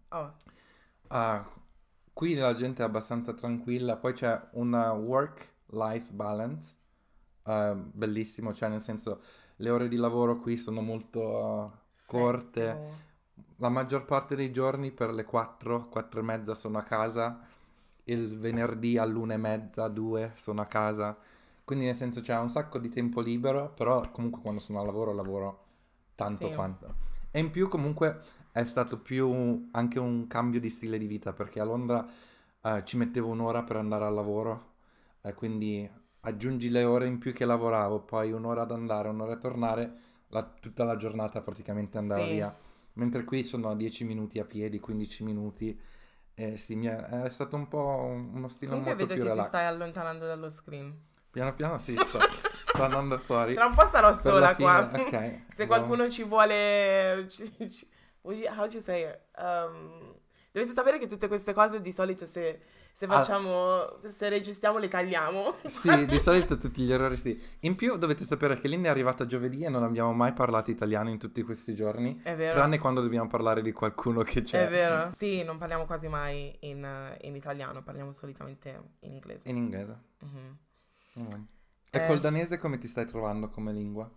Oh, Ah, qui la gente è abbastanza tranquilla, poi c'è una work-life balance, eh, bellissimo, cioè nel senso le ore di lavoro qui sono molto eh, corte, flexible. la maggior parte dei giorni per le quattro, quattro e mezza sono a casa, il venerdì all'una e mezza, due sono a casa, quindi nel senso c'è un sacco di tempo libero, però comunque quando sono a lavoro lavoro tanto Sì, quanto. E in più comunque è stato più anche un cambio di stile di vita, perché a Londra eh, ci mettevo un'ora per andare al lavoro, e quindi aggiungi le ore in più che lavoravo, poi un'ora ad andare, un'ora a tornare, la- tutta la giornata praticamente andava sì. via. Mentre qui sono a dieci minuti a piedi, quindi minuti. E sì, mi è, è stato un po' un- uno stile Comunque molto vedo più che ti stai relax. allontanando dallo screen. Piano piano sì, sto, sto andando fuori. Tra un po' sarò Per la sola qua. fine, ok. Se boh. qualcuno ci vuole... ci- ci- would you- how do you say it? Um, dovete sapere che tutte queste cose di solito se, se Ah, facciamo, se registriamo le tagliamo. sì, di solito tutti gli errori sì. In più dovete sapere che Linda è arrivata giovedì e non abbiamo mai parlato italiano in tutti questi giorni, È vero, tranne quando dobbiamo parlare di qualcuno che è c'è vero. Sì, non parliamo quasi mai in, eh, in italiano, parliamo solitamente in inglese. in inglese. Mhm. Mm. E col Eh, danese come ti stai trovando come lingua?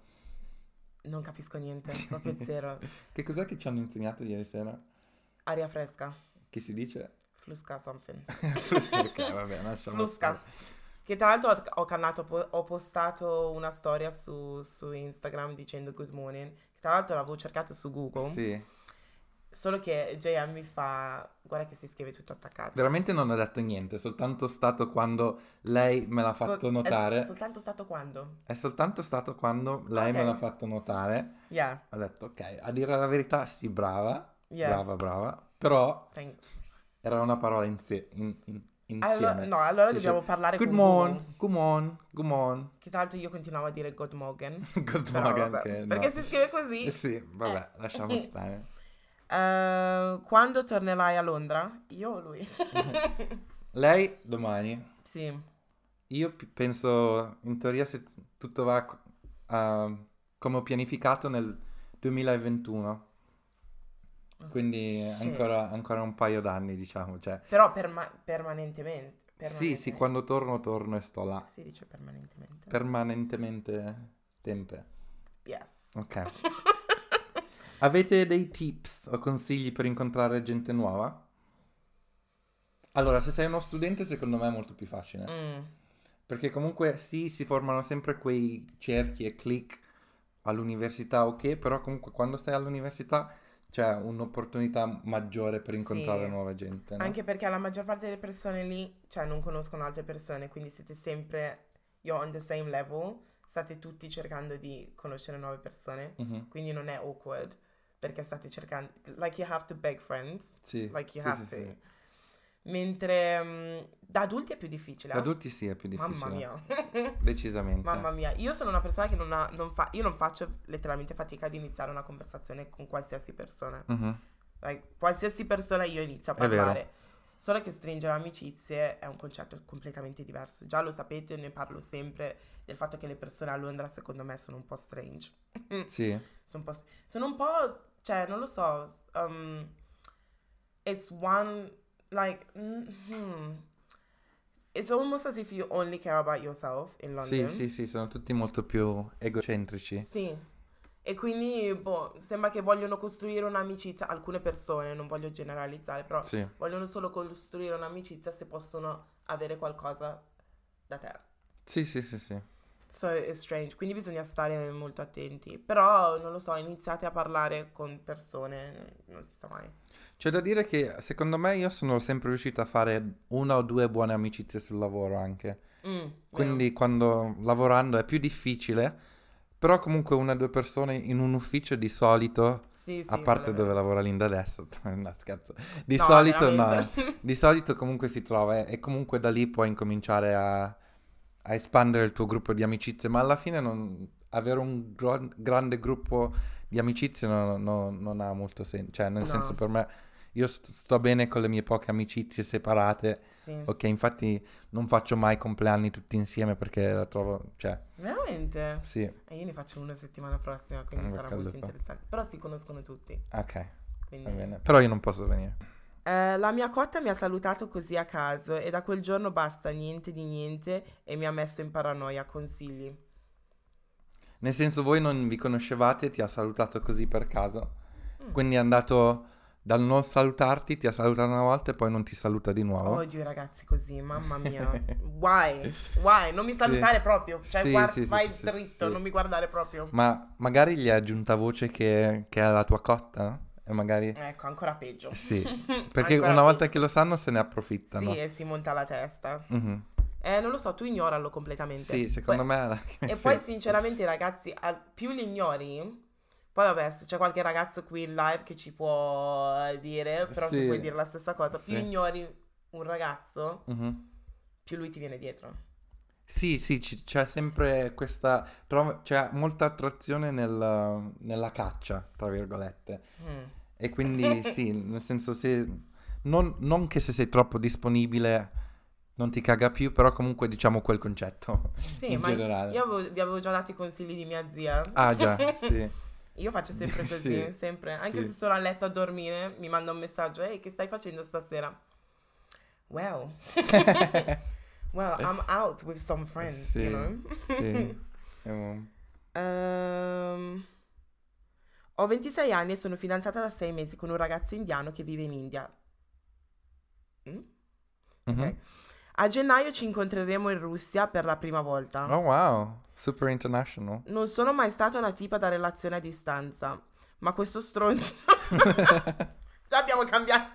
non capisco niente, proprio zero. Che cos'è che ci hanno insegnato ieri sera? Aria fresca, Che si dice? flusca something. Ok, vabbè, lasciamo Flusca. stare. Che tra l'altro ho, ho cannato, po- ho postato una storia su, su Instagram dicendo good morning. Che tra l'altro l'avevo cercato su Google. Sì, Solo che J M mi fa, guarda che si scrive tutto attaccato. veramente non ho detto niente, è soltanto stato quando lei me l'ha fatto Sol- è, notare. s- soltanto stato quando? È soltanto stato quando lei me l'ha Ok. fatto notare. Yeah, Ho detto, ok, a dire la verità, sì, brava, yeah, brava, brava, però thanks. era una parola insie- in- in- Allora, insieme. no, allora Si dobbiamo dice, parlare good con morning, Google. good morning, good morning, Che tra l'altro io continuavo a dire good morning. good Però morning, vabbè, che perché no. si scrive Eh così? sì, vabbè, lasciamo Eh. stare. Eh, quando tornerai a Londra? Io o lui? Lei domani. Sì. Io p- penso, in teoria, se tutto va co- ah, come ho pianificato nel duemilaventuno, quindi Sì. ancora, ancora un paio d'anni, diciamo, cioè, Però perma- permanentemente. sì, sì, Permanentemente. quando torno, torno e sto là, Si dice permanentemente. permanentemente tempe. Yes. Ok. Avete dei tips o consigli per incontrare gente nuova? Allora, se sei uno studente, secondo me è molto più facile. Mm, Perché comunque sì, si formano sempre quei cerchi e click all'università, ok, però comunque quando stai all'università c'è un'opportunità maggiore per incontrare sì. nuova gente, no? Anche perché la maggior parte delle persone lì, cioè, non conoscono altre persone, quindi siete sempre, you're on the same level, state tutti cercando di conoscere nuove persone, Mhm. quindi non è awkward, perché state cercando, like you have to beg friends, Sì, like you sì, have sì, to. sì. Mentre mm, da adulti è più difficile. Da eh? adulti sì, è più difficile. Mamma mia. Decisamente. Mamma mia, io sono una persona che non, ha, non fa, io non faccio letteralmente fatica ad iniziare una conversazione con qualsiasi persona. Mhm. Like, qualsiasi persona io inizio a È vero. parlare. Solo che stringere amicizie è un concetto completamente diverso. Già lo sapete, ne parlo sempre del fatto che le persone a Londra secondo me sono un po' strange. Sì. Sono un po', sono un po', cioè, non lo so, s- um, it's one, like, mm, hmm. It's almost as if you only care about yourself in Sì, London. sì, sì, sono tutti molto più egocentrici. Sì. E quindi, boh, sembra che vogliono costruire un'amicizia, alcune persone, non voglio generalizzare, però Sì. vogliono solo costruire un'amicizia se possono avere qualcosa da te. Sì, sì, sì, sì. So it's strange, quindi bisogna stare molto attenti. Però, non lo so, iniziate a parlare con persone, non si sa mai. C'è da dire che secondo me io sono sempre riuscito a fare una o due buone amicizie sul lavoro anche. Mm, vero. Quindi quando lavorando è più difficile, però comunque una o due persone in un ufficio di solito, Sì, sì, a parte quello è dove vero. lavora Linda adesso, no scherzo, di No, solito no, veramente. di solito comunque si trova e, e comunque da lì puoi incominciare a, a espandere il tuo gruppo di amicizie, ma alla fine non, avere un gro- grande gruppo di amicizie non, non- non ha molto senso, cioè nel No. senso per me io st- sto bene con le mie poche amicizie separate, Sì. ok, infatti non faccio mai compleanni tutti insieme perché la trovo, cioè, Veramente? sì, E io ne faccio una settimana prossima, quindi Mm, sarà bocca al molto lupo. interessante. Però si conoscono tutti, ok, quindi... va bene, però io non posso venire. Eh, la mia cotta mi ha salutato così a caso e da quel giorno basta, niente di niente e mi ha messo in paranoia. Consigli? Nel senso, voi non vi conoscevate e ti ha salutato così per caso. Mm. Quindi è andato dal non salutarti, ti ha salutato una volta e poi non ti saluta di nuovo. Odio i ragazzi così, mamma mia. Why? Why? Non mi Sì. salutare proprio. Cioè, Sì, guarda, sì, sì, vai sì, sì, dritto, sì. non mi guardare proprio. Ma magari gli è aggiunta voce che, che è la tua cotta, no? E magari... Ecco, ancora peggio. Sì, perché Ancora una volta peggio. che lo sanno se ne approfittano. Sì, e si monta la testa. Mhm. Eh, non lo so, tu ignoralo completamente. Sì, secondo Poi- me... E sì. poi, sinceramente, ragazzi, al- più li ignori... Poi vabbè, se c'è qualche ragazzo qui in live che ci può eh, dire, però tu Sì. puoi dire la stessa cosa. Più Sì. ignori un ragazzo, Mhm. più lui ti viene dietro. Sì, sì, ci- c'è sempre questa... Però c'è molta attrazione nel- nella caccia, tra virgolette. Mm. E quindi sì, nel senso se... Non, non che se sei troppo disponibile non ti caga più, però comunque diciamo quel concetto Sì, in ma generale. io avevo- vi avevo già dato i consigli di mia zia. Ah già, sì. Io faccio sempre così, Sì, sempre. Anche sì. se sono a letto a dormire, mi manda un messaggio. Ehi, che stai facendo stasera? Well, well, I'm out with some friends, Sì, you know. sì. Ehm, Ehm, ho ventisei anni e sono fidanzata da sei mesi con un ragazzo indiano che vive in India. Mm? mhm. Ok. A gennaio ci incontreremo in Russia per la prima volta. Oh wow, super international. Non sono mai stata una tipa da relazione a distanza, ma questo stronzo... Già abbiamo cambiato.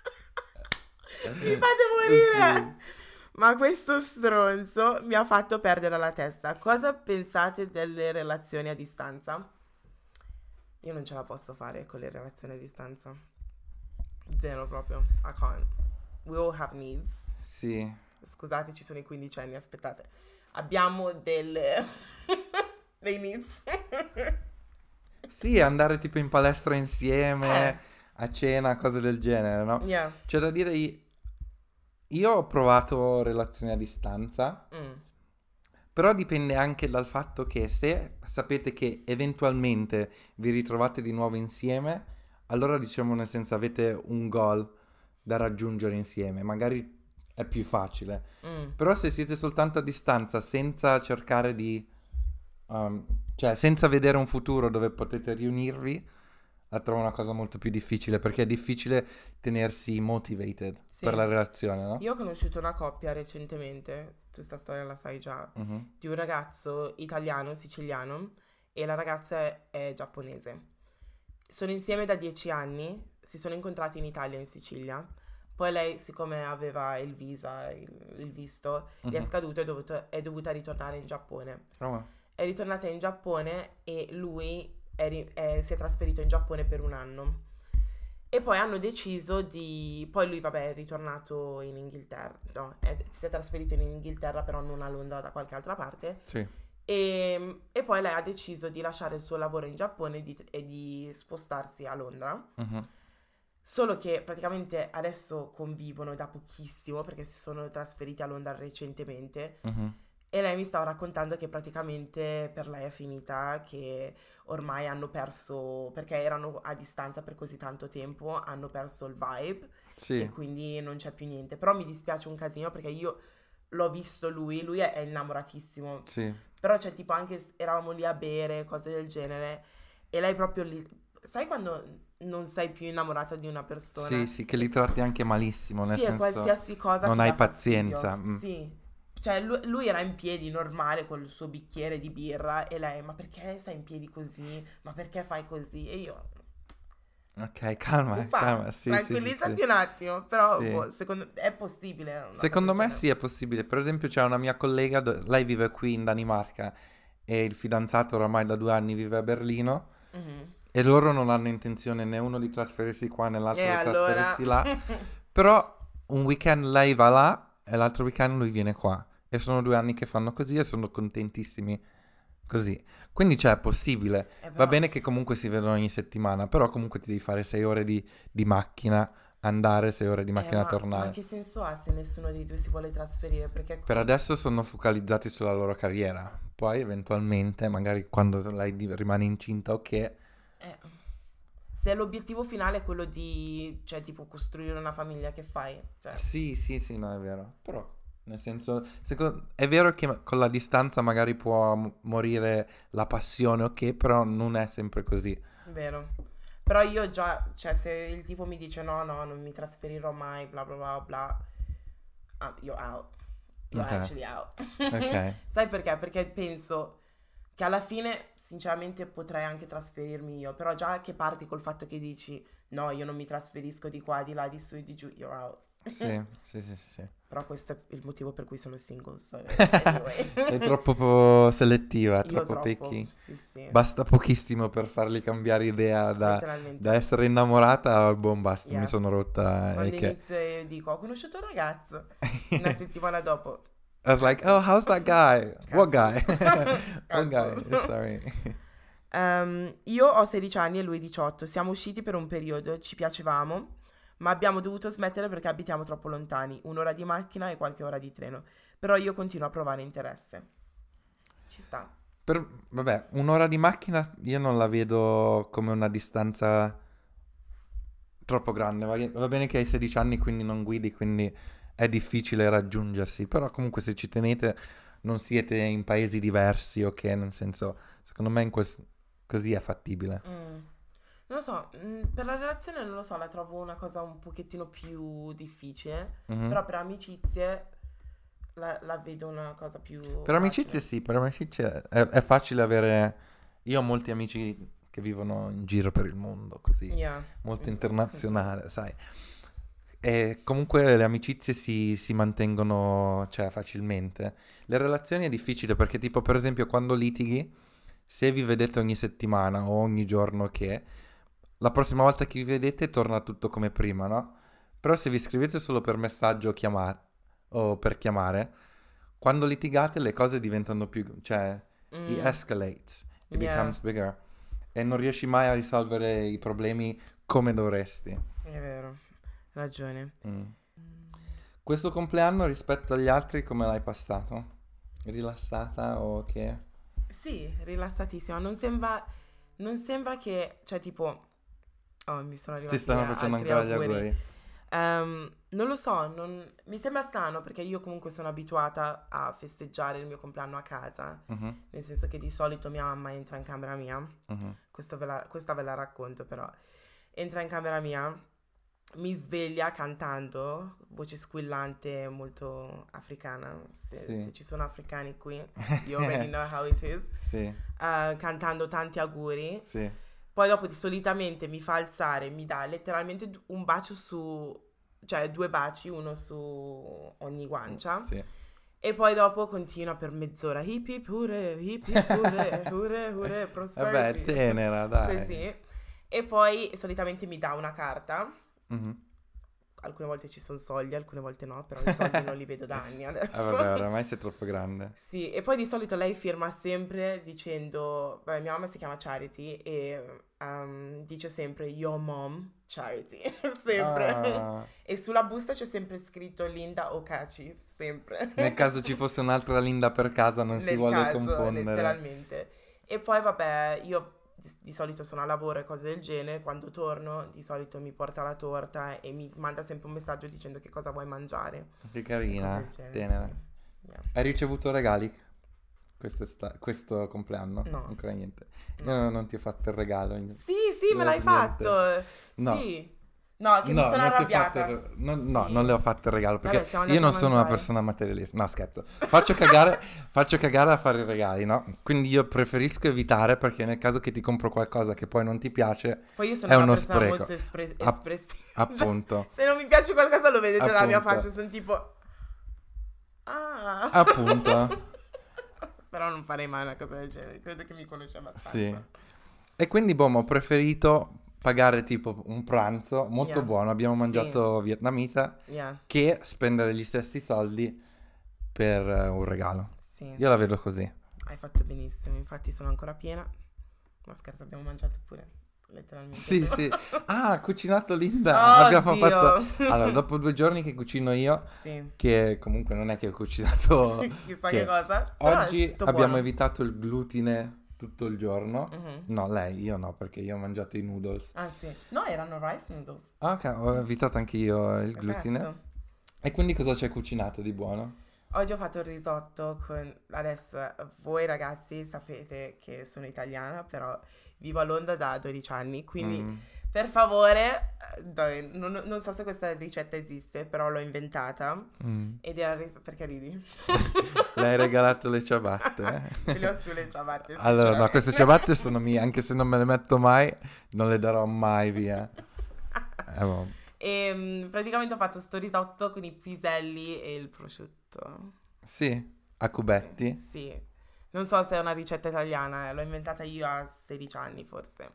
Mi fate morire. Ma questo stronzo mi ha fatto perdere la testa. Cosa pensate delle relazioni a distanza? Io non ce la posso fare con le relazioni a distanza. Zero proprio. I can't. We all have needs. Sì, Scusate, ci sono i quindicenni, aspettate. Abbiamo delle... dei needs. sì, andare tipo in palestra insieme, Eh. a cena, cose del genere, no? Yeah. C'è da dire, i- io ho provato relazioni a distanza, Mm. però dipende anche dal fatto che se sapete che eventualmente vi ritrovate di nuovo insieme, allora diciamo nel senso avete un goal da raggiungere insieme, magari è più facile. Mm. Però se siete soltanto a distanza senza cercare di... um, cioè senza vedere un futuro dove potete riunirvi, la trovo una cosa molto più difficile perché è difficile tenersi motivated Sì. per la relazione, no? Io ho conosciuto una coppia recentemente, tu sta storia la sai già, Mhm. di un ragazzo italiano, siciliano, e la ragazza è, è giapponese. Sono insieme da dieci anni, si sono incontrati in Italia e in Sicilia. Poi lei, siccome aveva il visa, il, il visto, gli è Mhm. scaduto e è dovuta, è dovuta ritornare in Giappone. Oh, wow. È ritornata in Giappone e lui è ri- è- si è trasferito in Giappone per un anno. E poi hanno deciso di... Poi lui, vabbè, è ritornato in Inghilterra. No, è- si è trasferito in Inghilterra, però non a Londra, da qualche altra parte. Sì. E, e poi lei ha deciso di lasciare il suo lavoro in Giappone e di, e di spostarsi a Londra. Mhm. Solo che praticamente adesso convivono da pochissimo perché si sono trasferiti a Londra recentemente. Mhm. E lei mi stava raccontando che praticamente per lei è finita, che ormai hanno perso, perché erano a distanza per così tanto tempo, hanno perso il vibe e Sì. quindi non c'è più niente. Però mi dispiace un casino perché io l'ho visto lui, lui è, è innamoratissimo. Sì. Però c'è tipo anche, s- eravamo lì a bere, cose del genere, e lei proprio lì, sai quando non sei più innamorata di una persona? Sì, sì, che li tratti anche malissimo, nel Sì, e senso qualsiasi cosa non ti hai dà fastidio. pazienza. mm. Sì. Cioè, lui, lui era in piedi normale con il suo bicchiere di birra e lei, ma perché stai in piedi così? Ma perché fai così? E io, Ok, calma, Pupa, calma, sì, sì, sì, tranquillizzati sì. un attimo, però Sì. boh, secondo è possibile. una cosa Secondo del me genere. sì, è possibile. Per esempio c'è una mia collega, do- lei vive qui in Danimarca e il fidanzato oramai da due anni vive a Berlino Mhm. e loro non hanno intenzione né uno di trasferirsi qua né l'altro E di allora... trasferirsi là. Però un weekend lei va là e l'altro weekend lui viene qua. E sono due anni che fanno così e sono contentissimi così. Quindi cioè è possibile. Eh, Va però- bene che comunque si vedono ogni settimana, però comunque ti devi fare sei ore di, di macchina, andare, sei ore di eh, macchina, ma, tornare. ma che senso ha se nessuno dei due si vuole trasferire? Perché Per adesso sono focalizzati sulla loro carriera. Poi eventualmente, magari quando lei di- rimane incinta o che... Eh, se se l'obiettivo finale è quello di, cioè, tipo, costruire una famiglia, che fai? Cioè, Sì, sì, sì, no, è vero. Però, nel senso, secondo- è vero che con la distanza magari può m- morire la passione, ok, però non è sempre così. vero. Però io già, cioè, se il tipo mi dice no, no, non mi trasferirò mai, bla bla bla bla, ah, io out. Io Ok. actually out. Ok. Sai perché? Perché penso che alla fine, sinceramente, potrei anche trasferirmi io. Però già che parti col fatto che dici no, io non mi trasferisco di qua, di là, di su e di giù, you're out. Sì, sì, sì, sì, sì. Però questo è il motivo per cui sono single, so anyway. Sei troppo po- selettiva, Io troppo troppo, picky. sì sì, Basta pochissimo per fargli cambiare idea da, letteralmente. da essere innamorata a boom, basta, Yeah. mi sono rotta. e Quando che... inizio e dico ho conosciuto un ragazzo, una settimana dopo. I was like, oh, how's that guy? What guy? What Cazzo. guy? Sorry. Ehm, io ho sedici anni e lui diciotto. Siamo usciti per un periodo, ci piacevamo, ma abbiamo dovuto smettere perché abitiamo troppo lontani, un'ora di macchina e qualche ora di treno. Però io continuo a provare interesse. Ci sta. Per, vabbè, un'ora di macchina io non la vedo come una distanza troppo grande. Va, va bene che hai sedici anni, quindi non guidi, quindi è difficile raggiungersi. Però comunque se ci tenete non siete in paesi diversi, ok? Nel senso, secondo me in quel- così è fattibile. Mm. Non lo so, mm, per la relazione non lo so, la trovo una cosa un pochettino più difficile, Mhm. però per amicizie la, la vedo una cosa più Per amicizie facile. sì, per amicizie è, è facile avere... Io ho molti amici che vivono in giro per il mondo, così, Yeah. molto internazionale, sai. E comunque le amicizie si, si mantengono, cioè, facilmente. Le relazioni è difficile perché, tipo, per esempio, quando litighi, se vi vedete ogni settimana o ogni giorno che, la prossima volta che vi vedete torna tutto come prima, no? Però se vi scrivete solo per messaggio o chiamare, o per chiamare, quando litigate le cose diventano più, cioè, it Mm, escalates, it yeah, becomes bigger. E non riesci mai a risolvere i problemi come dovresti. è vero, ragione. Mm. Questo compleanno rispetto agli altri come l'hai passato? Rilassata o che? Sì, rilassatissima, non sembra, non sembra che, cioè tipo, oh, mi sono Ti arrivati stanno facendo altri ancora gli auguri. auguri? Ehm, non lo so, non- mi sembra strano perché io comunque sono abituata a festeggiare il mio compleanno a casa, Mhm, nel senso che di solito mia mamma entra in camera mia, mhm. questo ve la- questa ve la racconto però, entra in camera mia, mi sveglia cantando, voce squillante molto africana, se, Sì. se ci sono africani qui, you already know how it is, Sì, eh, cantando tanti auguri. sì. Poi dopo di solitamente mi fa alzare, mi dà letteralmente d- un bacio su, cioè due baci, uno su ogni guancia. Sì. E poi dopo continua per mezz'ora, hip hip hure, hip hip hure, hure hure, Vabbè, prosperity. tenera, dai. Così. E poi solitamente mi dà una carta, Mhm. alcune volte ci sono soldi, alcune volte no, però i soldi non li vedo da anni adesso. Ah, vabbè, oramai sei troppo grande. Sì, e poi di solito lei firma sempre dicendo, vabbè, mia mamma si chiama Charity e um, dice sempre Your Mom Charity, sempre. Ah, E sulla busta c'è sempre scritto Linda Okachi, sempre. nel caso ci fosse un'altra Linda per casa non si Nel vuole caso, confondere. letteralmente. E poi vabbè, io di, di solito sono a lavoro e cose del genere, quando torno di solito mi porta la torta e mi manda sempre un messaggio dicendo che cosa vuoi mangiare. Che E carina, cose del genere, tenera. sì. Yeah. Hai ricevuto regali quest'esta- questo compleanno? No. Ancora niente. No. Io non ti ho fatto il regalo. Sì, sì, me l'hai Niente. fatto. No. Sì. No, che mi sono non ti ho arrabbiata. fatto il- non- no, Sì. non le ho fatte il regalo perché Vabbè, siamo io non andati a sono una mangiare. persona materialista. No, scherzo. Faccio cagare, faccio cagare a fare i regali, no? Quindi io preferisco evitare perché nel caso che ti compro qualcosa che poi non ti piace, Poi io sono è una uno persona spreco. molto espre- App- espressiva. Appunto. Se non mi piace qualcosa lo vedete dalla mia Appunto. faccia, sono tipo ah. Appunto. Però non farei mai una cosa del genere, credo che mi conosce abbastanza. Sì. E quindi, boh, ho preferito pagare tipo un pranzo molto Yeah. buono, abbiamo Sì. mangiato vietnamita, Yeah, che spendere gli stessi soldi per eh, un regalo. sì. Io la vedo così. Hai fatto benissimo, infatti sono ancora piena. Ma scherzo, abbiamo mangiato pure, letteralmente. Sì, sì. Ah, ha cucinato Linda. Oh, Abbiamo Dio. fatto... Allora, dopo due giorni che cucino io, Sì. che comunque non è che ho cucinato... Chissà che- che cosa. Però è Oggi tutto abbiamo buono. evitato il glutine tutto il giorno. Mhm. No, lei, io no, perché io ho mangiato i noodles. Ah sì. No, erano rice noodles. Ah, ok, ho evitato anche io il glutine. Esatto. E quindi cosa ci hai cucinato di buono? Oggi ho fatto il risotto con... Adesso voi ragazzi sapete che sono italiana, però vivo a Londra da dodici anni, quindi Mm. per favore, eh, dai, non, non so se questa ricetta esiste, però l'ho inventata Mm. ed era il risotto... Perché ridi? Le hai regalato le ciabatte, eh? Ce le ho sulle ciabatte. sì, Allora, ce l'ho. no, queste ciabatte sono mie, anche se non me le metto mai, non le darò mai via. Eh, boh. E mm, praticamente ho fatto sto risotto con i piselli e il prosciutto. Sì, a cubetti. Sì, sì. Non so se è una ricetta italiana, eh, l'ho inventata io a sedici anni forse.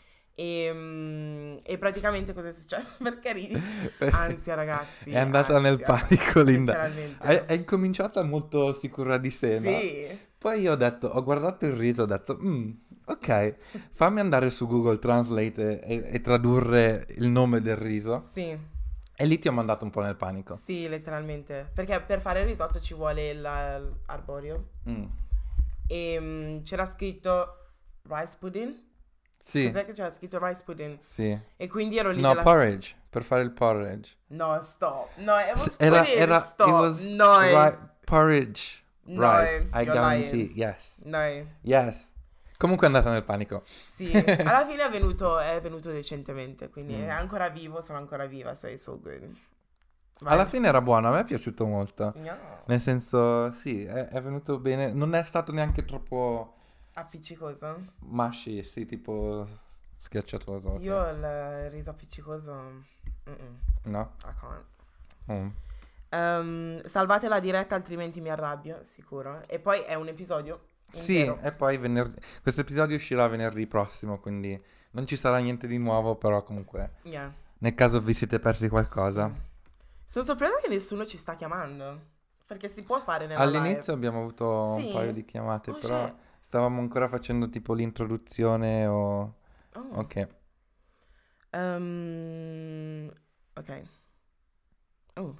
E, mm, e praticamente cosa è successo? Perché ridi? Ansia, ragazzi. È andata nel ansia. panico, Linda. Letteralmente. È, è incominciata molto sicura di sé, no? Sì. Poi io ho detto, ho guardato il riso, ho detto, "Mm, ok, fammi andare su Google Translate e, e tradurre il nome del riso. Sì, E lì ti ho mandato un po' nel panico. sì, letteralmente. Perché per fare il risotto ci vuole la- l'arborio. Mm. E mm, c'era scritto rice pudding. Sì, Cos'è che c'era scritto rice pudding? sì. E quindi ero lì No, nella... porridge, per fare il porridge. No, stop. No, it was Era, pudding. era, Stop. it was no, ri- porridge, No, rice, I you're guarantee, lying. yes, no. yes. Comunque è andata nel panico. Sì, alla fine è venuto, è venuto decentemente, quindi Mm. è ancora vivo, sono ancora viva, so it's so good. Vai. Alla fine era buono, a me è piaciuto molto. No, Nel senso, sì, è, è venuto bene. Non è stato neanche troppo appiccicoso. mushy, sì, tipo schiacciatoso. ok. Io il riso appiccicoso, mm-mm, No? I can't. Mm. Ehm, salvate la diretta altrimenti mi arrabbio, sicuro. E poi è un episodio Sì, intero. e poi venerdì. Questo episodio uscirà venerdì prossimo, quindi non ci sarà niente di nuovo, però comunque, Yeah. nel caso vi siete persi qualcosa. Sì. Sono sorpresa che nessuno ci sta chiamando, perché si può fare nella All'inizio live. abbiamo avuto Sì. un paio di chiamate, Oh, però c'è- stavamo ancora facendo tipo l'introduzione o... Oh. Ok. Ehm, ok. Oh.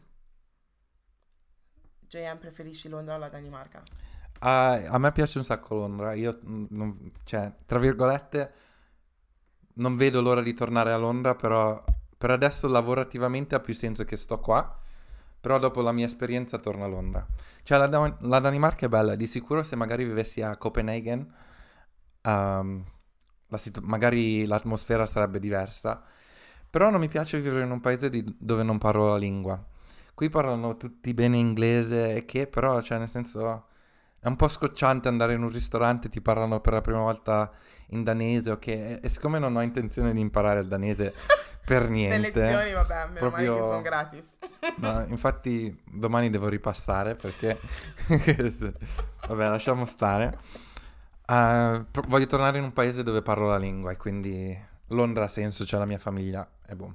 J M, preferisci Londra o la Danimarca? Ah, a me piace un sacco Londra, io, mm, non- cioè, tra virgolette, non vedo l'ora di tornare a Londra, però per adesso lavorativamente ha più senso che sto qua, però dopo la mia esperienza torno a Londra. Cioè, la, Dan- la Danimarca è bella, di sicuro se magari vivessi a Copenaghen, ehm, la situ- magari l'atmosfera sarebbe diversa, però non mi piace vivere in un paese di- dove non parlo la lingua. Qui parlano tutti bene inglese e che, però, cioè, nel senso... È un po' scocciante andare in un ristorante e ti parlano per la prima volta in danese, ok? E, e siccome non ho intenzione di imparare il danese per Le niente, lezioni, vabbè, meno proprio- male che sono gratis. no, infatti domani devo ripassare perché... Vabbè, lasciamo stare. Uh, pro- voglio tornare in un paese dove parlo la lingua e quindi Londra ha senso, c'è la mia famiglia e boh.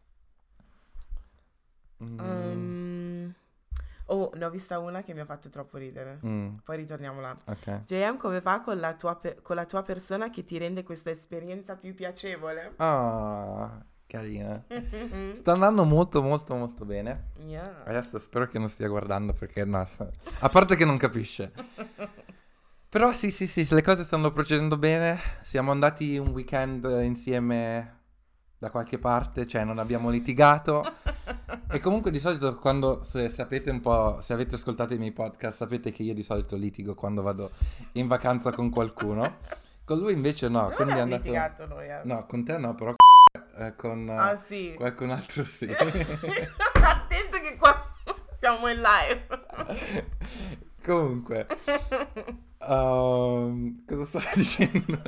Mm, Ehm, oh, ne ho vista una che mi ha fatto troppo ridere. mm, Poi ritorniamo là. ok. J M, come va con la tua, pe- con la tua persona che ti rende questa esperienza più piacevole? Ah, carina. Sta andando molto molto molto bene. Yeah. Adesso spero che non stia guardando perché no, sa- a parte che non capisce. Però sì, sì, sì, le cose stanno procedendo bene. Siamo andati un weekend insieme da qualche parte, cioè non abbiamo litigato. E comunque di solito quando, se sapete un po', se avete ascoltato i miei podcast, sapete che io di solito litigo quando vado in vacanza con qualcuno. Con lui invece no, Non quindi è abbiamo andato... litigato noi, eh. No, con te no, però eh, con eh, Ah, sì. qualcun altro sì. Attento che qua siamo in live. Comunque, ehm, cosa stavo dicendo?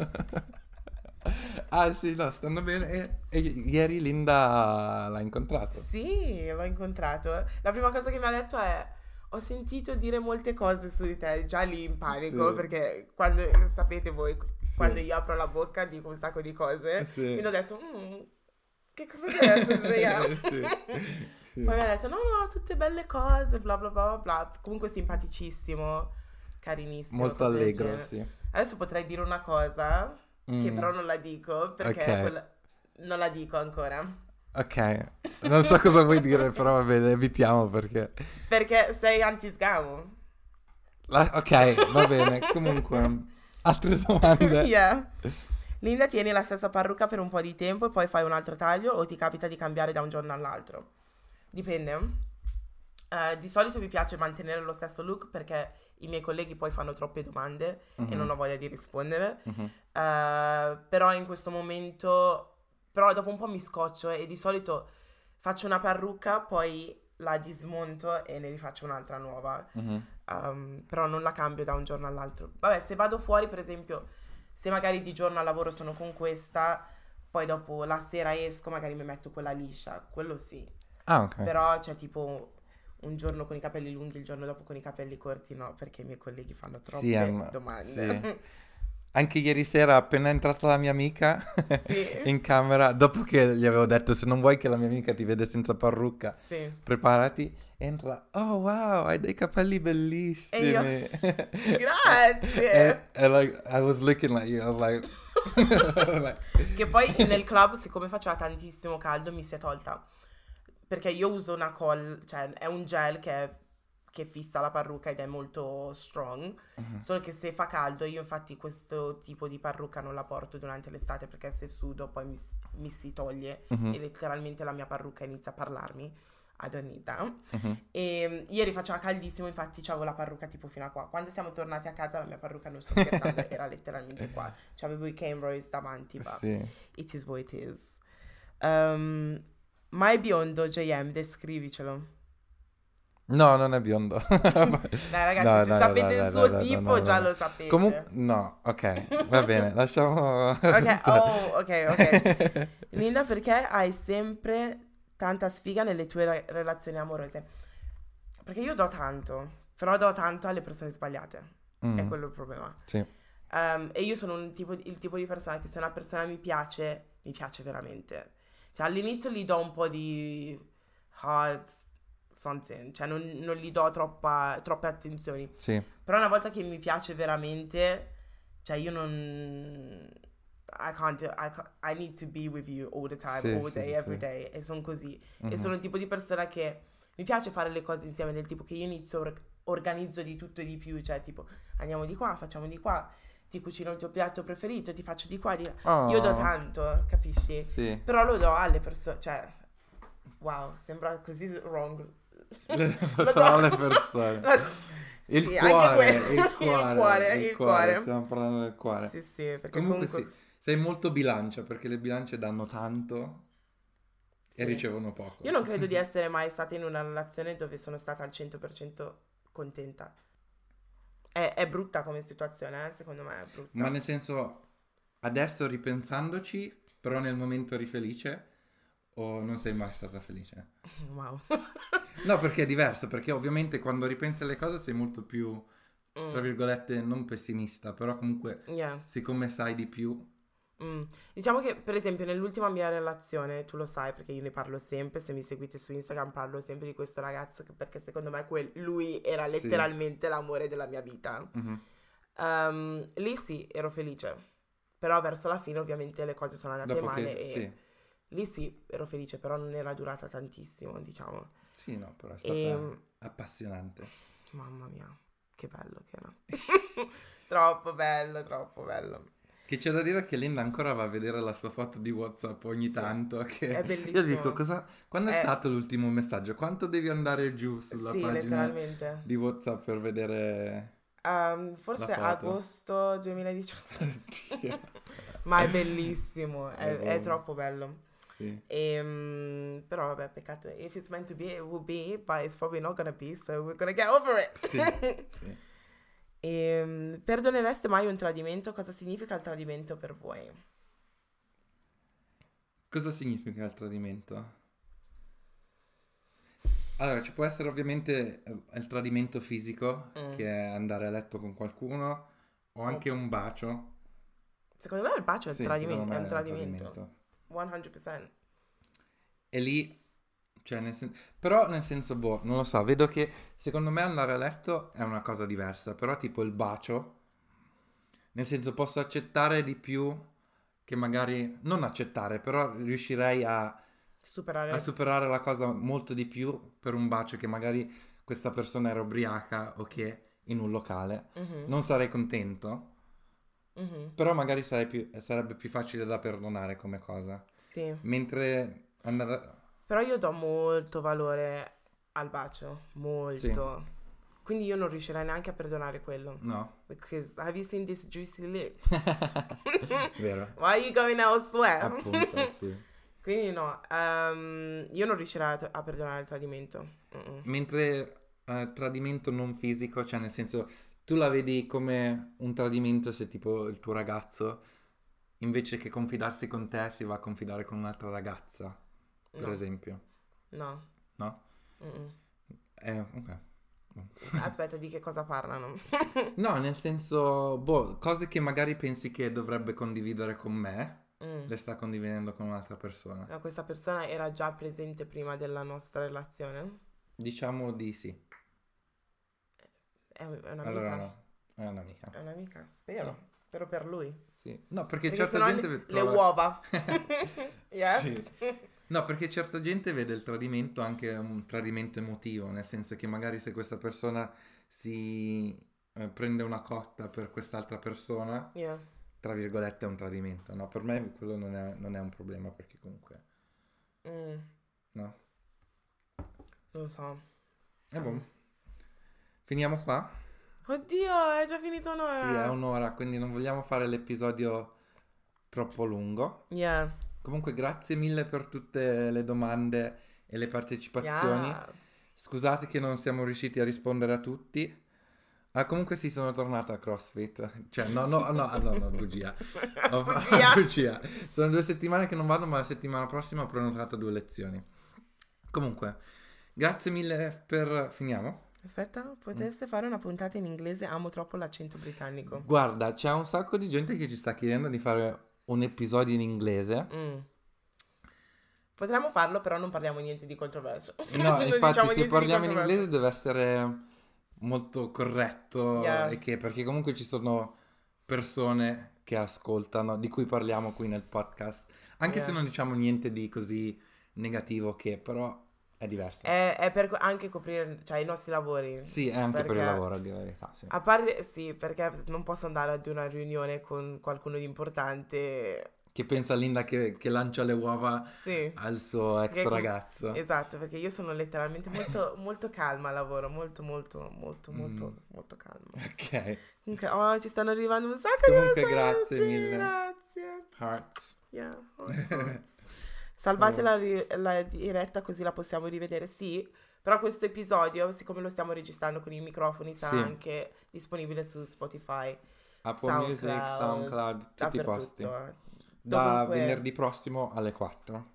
Ah sì, no, stanno bene. E, e ieri Linda l'ha incontrato. Sì, l'ho incontrato. La prima cosa che mi ha detto è: ho sentito dire molte cose su di te, già lì in panico, Sì. perché quando, sapete voi, Sì. quando io apro la bocca dico un sacco di cose. Sì. Quindi ho detto, "Mm, che cosa ti ha detto Gioia?" Sì, sì. Poi mi ha detto, no, no, tutte belle cose, bla bla bla bla. Comunque simpaticissimo, carinissimo. Molto cose del allegro, genere. sì. Adesso potrei dire una cosa, che Mm. però non la dico, perché Ok. quella- non la dico ancora. Ok, non so cosa vuoi dire, però va bene, evitiamo perché... Perché sei anti-sgamo. La- ok, va bene, comunque... Altre domande? Yeah. Linda, tieni la stessa parrucca per un po' di tempo e poi fai un altro taglio o ti capita di cambiare da un giorno all'altro? Dipende. Eh, di solito mi piace mantenere lo stesso look perché i miei colleghi poi fanno troppe domande Mhm. e non ho voglia di rispondere. Mhm. Eh, però in questo momento, però dopo un po' mi scoccio e di solito faccio una parrucca, poi la dismonto e ne rifaccio un'altra nuova. Mhm. Um, però non la cambio da un giorno all'altro. Vabbè, se vado fuori, per esempio, se magari di giorno al lavoro sono con questa, poi dopo la sera esco, magari mi metto quella liscia, quello sì. Ah, ok. Però c'è tipo un giorno con i capelli lunghi, il giorno dopo con i capelli corti, no, perché i miei colleghi fanno troppe Sì, Emma, domande. sì. Anche ieri sera, appena è entrata la mia amica Sì. in camera, dopo che gli avevo detto se non vuoi che la mia amica ti vede senza parrucca, Sì. preparati, entra, oh wow, hai dei capelli bellissimi. E io, grazie. and, and like, I was looking at you, I was like... like- Che poi nel club, siccome faceva tantissimo caldo, mi si è tolta. Perché io uso una coll, cioè è un gel che, è- che fissa la parrucca ed è molto strong. Mhm. Solo che se fa caldo, io infatti questo tipo di parrucca non la porto durante l'estate perché se sudo poi mi, s- mi si toglie Mhm. e letteralmente la mia parrucca inizia a parlarmi. I don't need that. Mhm. E mm, ieri faceva caldissimo, infatti avevo la parrucca tipo fino a qua. Quando siamo tornati a casa la mia parrucca, non sto scherzando, era letteralmente qua. C'avevo i Camrose davanti, ma Sì. it is what it is. Um, ma è biondo J M, descrivicelo. No, non è biondo. Dai ragazzi, No, se no, sapete no, il no, suo no, no, tipo no, no, già no. lo sapete. Comunque, no, ok, va bene, lasciamo... Ok, oh, ok, ok. Linda, perché hai sempre tanta sfiga nelle tue re- relazioni amorose? Perché io do tanto, però do tanto alle persone sbagliate. Mm, È quello il problema. sì, Um, e io sono un tipo, il tipo di persona che se una persona mi piace, mi piace veramente. Cioè all'inizio gli do un po' di hard something, cioè non, non gli do troppa, troppe attenzioni. sì, Però una volta che mi piace veramente, cioè io non... I can't, I, ca- I need to be with you all the time, Sì, all sì, day, sì, every sì. day. E sono così. Mhm. E sono il tipo di persona che mi piace fare le cose insieme, del tipo che io inizio, or- organizzo di tutto e di più, cioè tipo andiamo di qua, facciamo di qua, ti cucino il tuo piatto preferito, ti faccio di qua, di là. Io do Oh, tanto, capisci? sì, Però lo do alle persone, cioè, wow, sembra così wrong. lo so alle persone. Lo- Il sì, anche cuore, quello. il cuore, il cuore, il il cuore, cuore. stiamo parlando del cuore. Sì, sì, perché Comunque comunque, sì, sei molto bilancia perché le bilance danno tanto sì. e ricevono poco. Io non credo di essere mai stata in una relazione dove sono stata al cento per cento contenta. È, è brutta come situazione, eh? Secondo me è brutta. Ma nel senso, adesso ripensandoci, però nel momento eri felice o non sei mai stata felice? Wow. No, perché è diverso, perché ovviamente quando ripensi alle cose sei molto più, Mm, tra virgolette, non pessimista, però comunque yeah. siccome sai di più, Mm. Diciamo che per esempio nell'ultima mia relazione, tu lo sai perché io ne parlo sempre, se mi seguite su Instagram parlo sempre di questo ragazzo che- perché secondo me quel- lui era Sì. letteralmente l'amore della mia vita. mhm, Ehm, lì sì, ero felice, però verso la fine ovviamente le cose sono andate dopo male che, e sì, lì sì, ero felice, però non era durata tantissimo, diciamo. sì, no, però è stata E appassionante. mamma mia, che bello che era. Troppo bello, troppo bello. Che c'è da dire che Linda ancora va a vedere la sua foto di WhatsApp ogni Sì, tanto. Che... è Io bellissimo. dico, cosa... quando è È- stato l'ultimo messaggio? Quanto devi andare giù sulla Sì, pagina letteralmente. di WhatsApp per vedere Ehm, la forse foto? agosto duemiladiciotto. Oddio. Ma è bellissimo, è, È è vero. troppo bello. Sì. Ehm, però vabbè, peccato. If it's meant to be, it will be, but it's probably not gonna be, so we're gonna get over it. Sì, sì. Ehm, perdonereste mai un tradimento? Cosa significa il tradimento per voi? Cosa significa il tradimento? Allora, ci può essere ovviamente eh, il tradimento fisico, Mm. che è andare a letto con qualcuno, o anche un bacio. Secondo me il bacio è, Sì, il tradimento, secondo è me un è un tradimento. tradimento. cento per cento. E lì, cioè, nel sen- però nel senso, boh, non lo so, vedo che secondo me andare a letto è una cosa diversa, però tipo il bacio, nel senso posso accettare di più che magari, non accettare, però riuscirei a, a Superare. superare la cosa molto di più per un bacio che magari questa persona era ubriaca o che in un locale. Mhm. Non sarei contento, Mhm. Però magari sarei più- sarebbe più facile da perdonare come cosa. Sì. Mentre andare... Però io do molto valore al bacio, Sì. molto. Quindi io non riuscirei neanche a perdonare quello. No, Because have you seen this juicy lips? vero. Why are you going elsewhere? Appunto, sì. Quindi no, ehm, io non riuscirei a, a perdonare il tradimento. Mm-mm. Mentre eh, tradimento non fisico, cioè nel senso, tu la vedi come un tradimento se tipo il tuo ragazzo, invece che confidarsi con te, si va a confidare con un'altra ragazza, per No. esempio. No. No? Mm-mm. Eh, ok. Aspetta, di che cosa parlano? No, nel senso, boh, cose che magari pensi che dovrebbe condividere con me, Mm. le sta condividendo con un'altra persona. Ma questa persona era già presente prima della nostra relazione? Diciamo di sì. È, è un'amica? Allora no, è un'amica. È un'amica? Spero. Spero per lui. Sì. No, perché, Perché certa sennò gente le, ve- le trova- uova. Yes? Sì. No, perché certa gente vede il tradimento anche un tradimento emotivo, nel senso che magari se questa persona si eh, prende una cotta per quest'altra persona, Yeah. tra virgolette è un tradimento, no? Per me quello non è, non è un problema perché comunque, Mm, no? lo so. E boh. Finiamo qua? Oddio, è già finito un'ora. Sì, è un'ora, quindi non vogliamo fare l'episodio troppo lungo. Yeah. Comunque grazie mille per tutte le domande e le partecipazioni. Yeah. Scusate che non siamo riusciti a rispondere a tutti. Ah, comunque sì, sono tornato a CrossFit. Cioè, no, no, no, no, no, no, bugia. Ho fa- Bugia. bugia. Sono due settimane che non vado, ma la settimana prossima ho prenotato due lezioni. Comunque, grazie mille per... Finiamo? Aspetta, potreste fare una puntata in inglese? Amo troppo l'accento britannico. Guarda, c'è un sacco di gente che ci sta chiedendo di fare un episodio in inglese. Mm. Potremmo farlo, però non parliamo niente di controverso. No, Non infatti diciamo se niente di parliamo in controverso. inglese deve essere molto corretto Yeah. e che, perché comunque ci sono persone che ascoltano, di cui parliamo qui nel podcast, anche se Yeah. non diciamo niente di così negativo che, però è diverso. È, è per co- anche coprire, cioè, i nostri lavori. Sì, è anche per perché- il lavoro, a dire la verità, sì. A parte, sì, perché non posso andare ad una riunione con qualcuno di importante. Che pensa Linda che, che lancia le uova Sì. al suo ex Che com- ragazzo. Esatto, perché io sono letteralmente molto, molto calma al lavoro, molto, molto, molto, molto, Mm. molto calma. Ok, Comunque, oh, ci stanno arrivando un sacco Comunque, di messaggi, grazie mille. grazie. hearts. Yeah, hearts, hearts. Salvate la, ri- la diretta così la possiamo rivedere, sì. Però questo episodio, siccome lo stiamo registrando con i microfoni, sarà Sì. anche disponibile su Spotify, Apple SoundCloud, Music, SoundCloud, tutti i posti. dappertutto. Da Dovunque- venerdì prossimo alle quattro.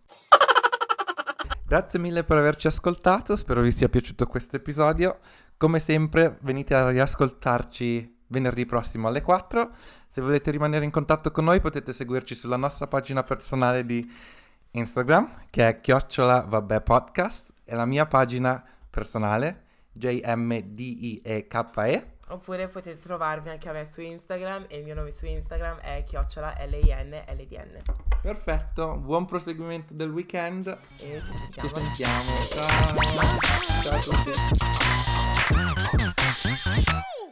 Grazie mille per averci ascoltato, spero vi sia piaciuto questo episodio. Come sempre venite a riascoltarci venerdì prossimo alle quattro. Se volete rimanere in contatto con noi potete seguirci sulla nostra pagina personale di Instagram, che è chiocciola vabbè podcast, e la mia pagina personale J M D I E K E. Oppure potete trovarmi anche a me su Instagram e il mio nome su Instagram è chiocciola L I N L D N. Perfetto, buon proseguimento del weekend. E ci Ci sentiamo. sentiamo. Ciao. Ciao a tutti.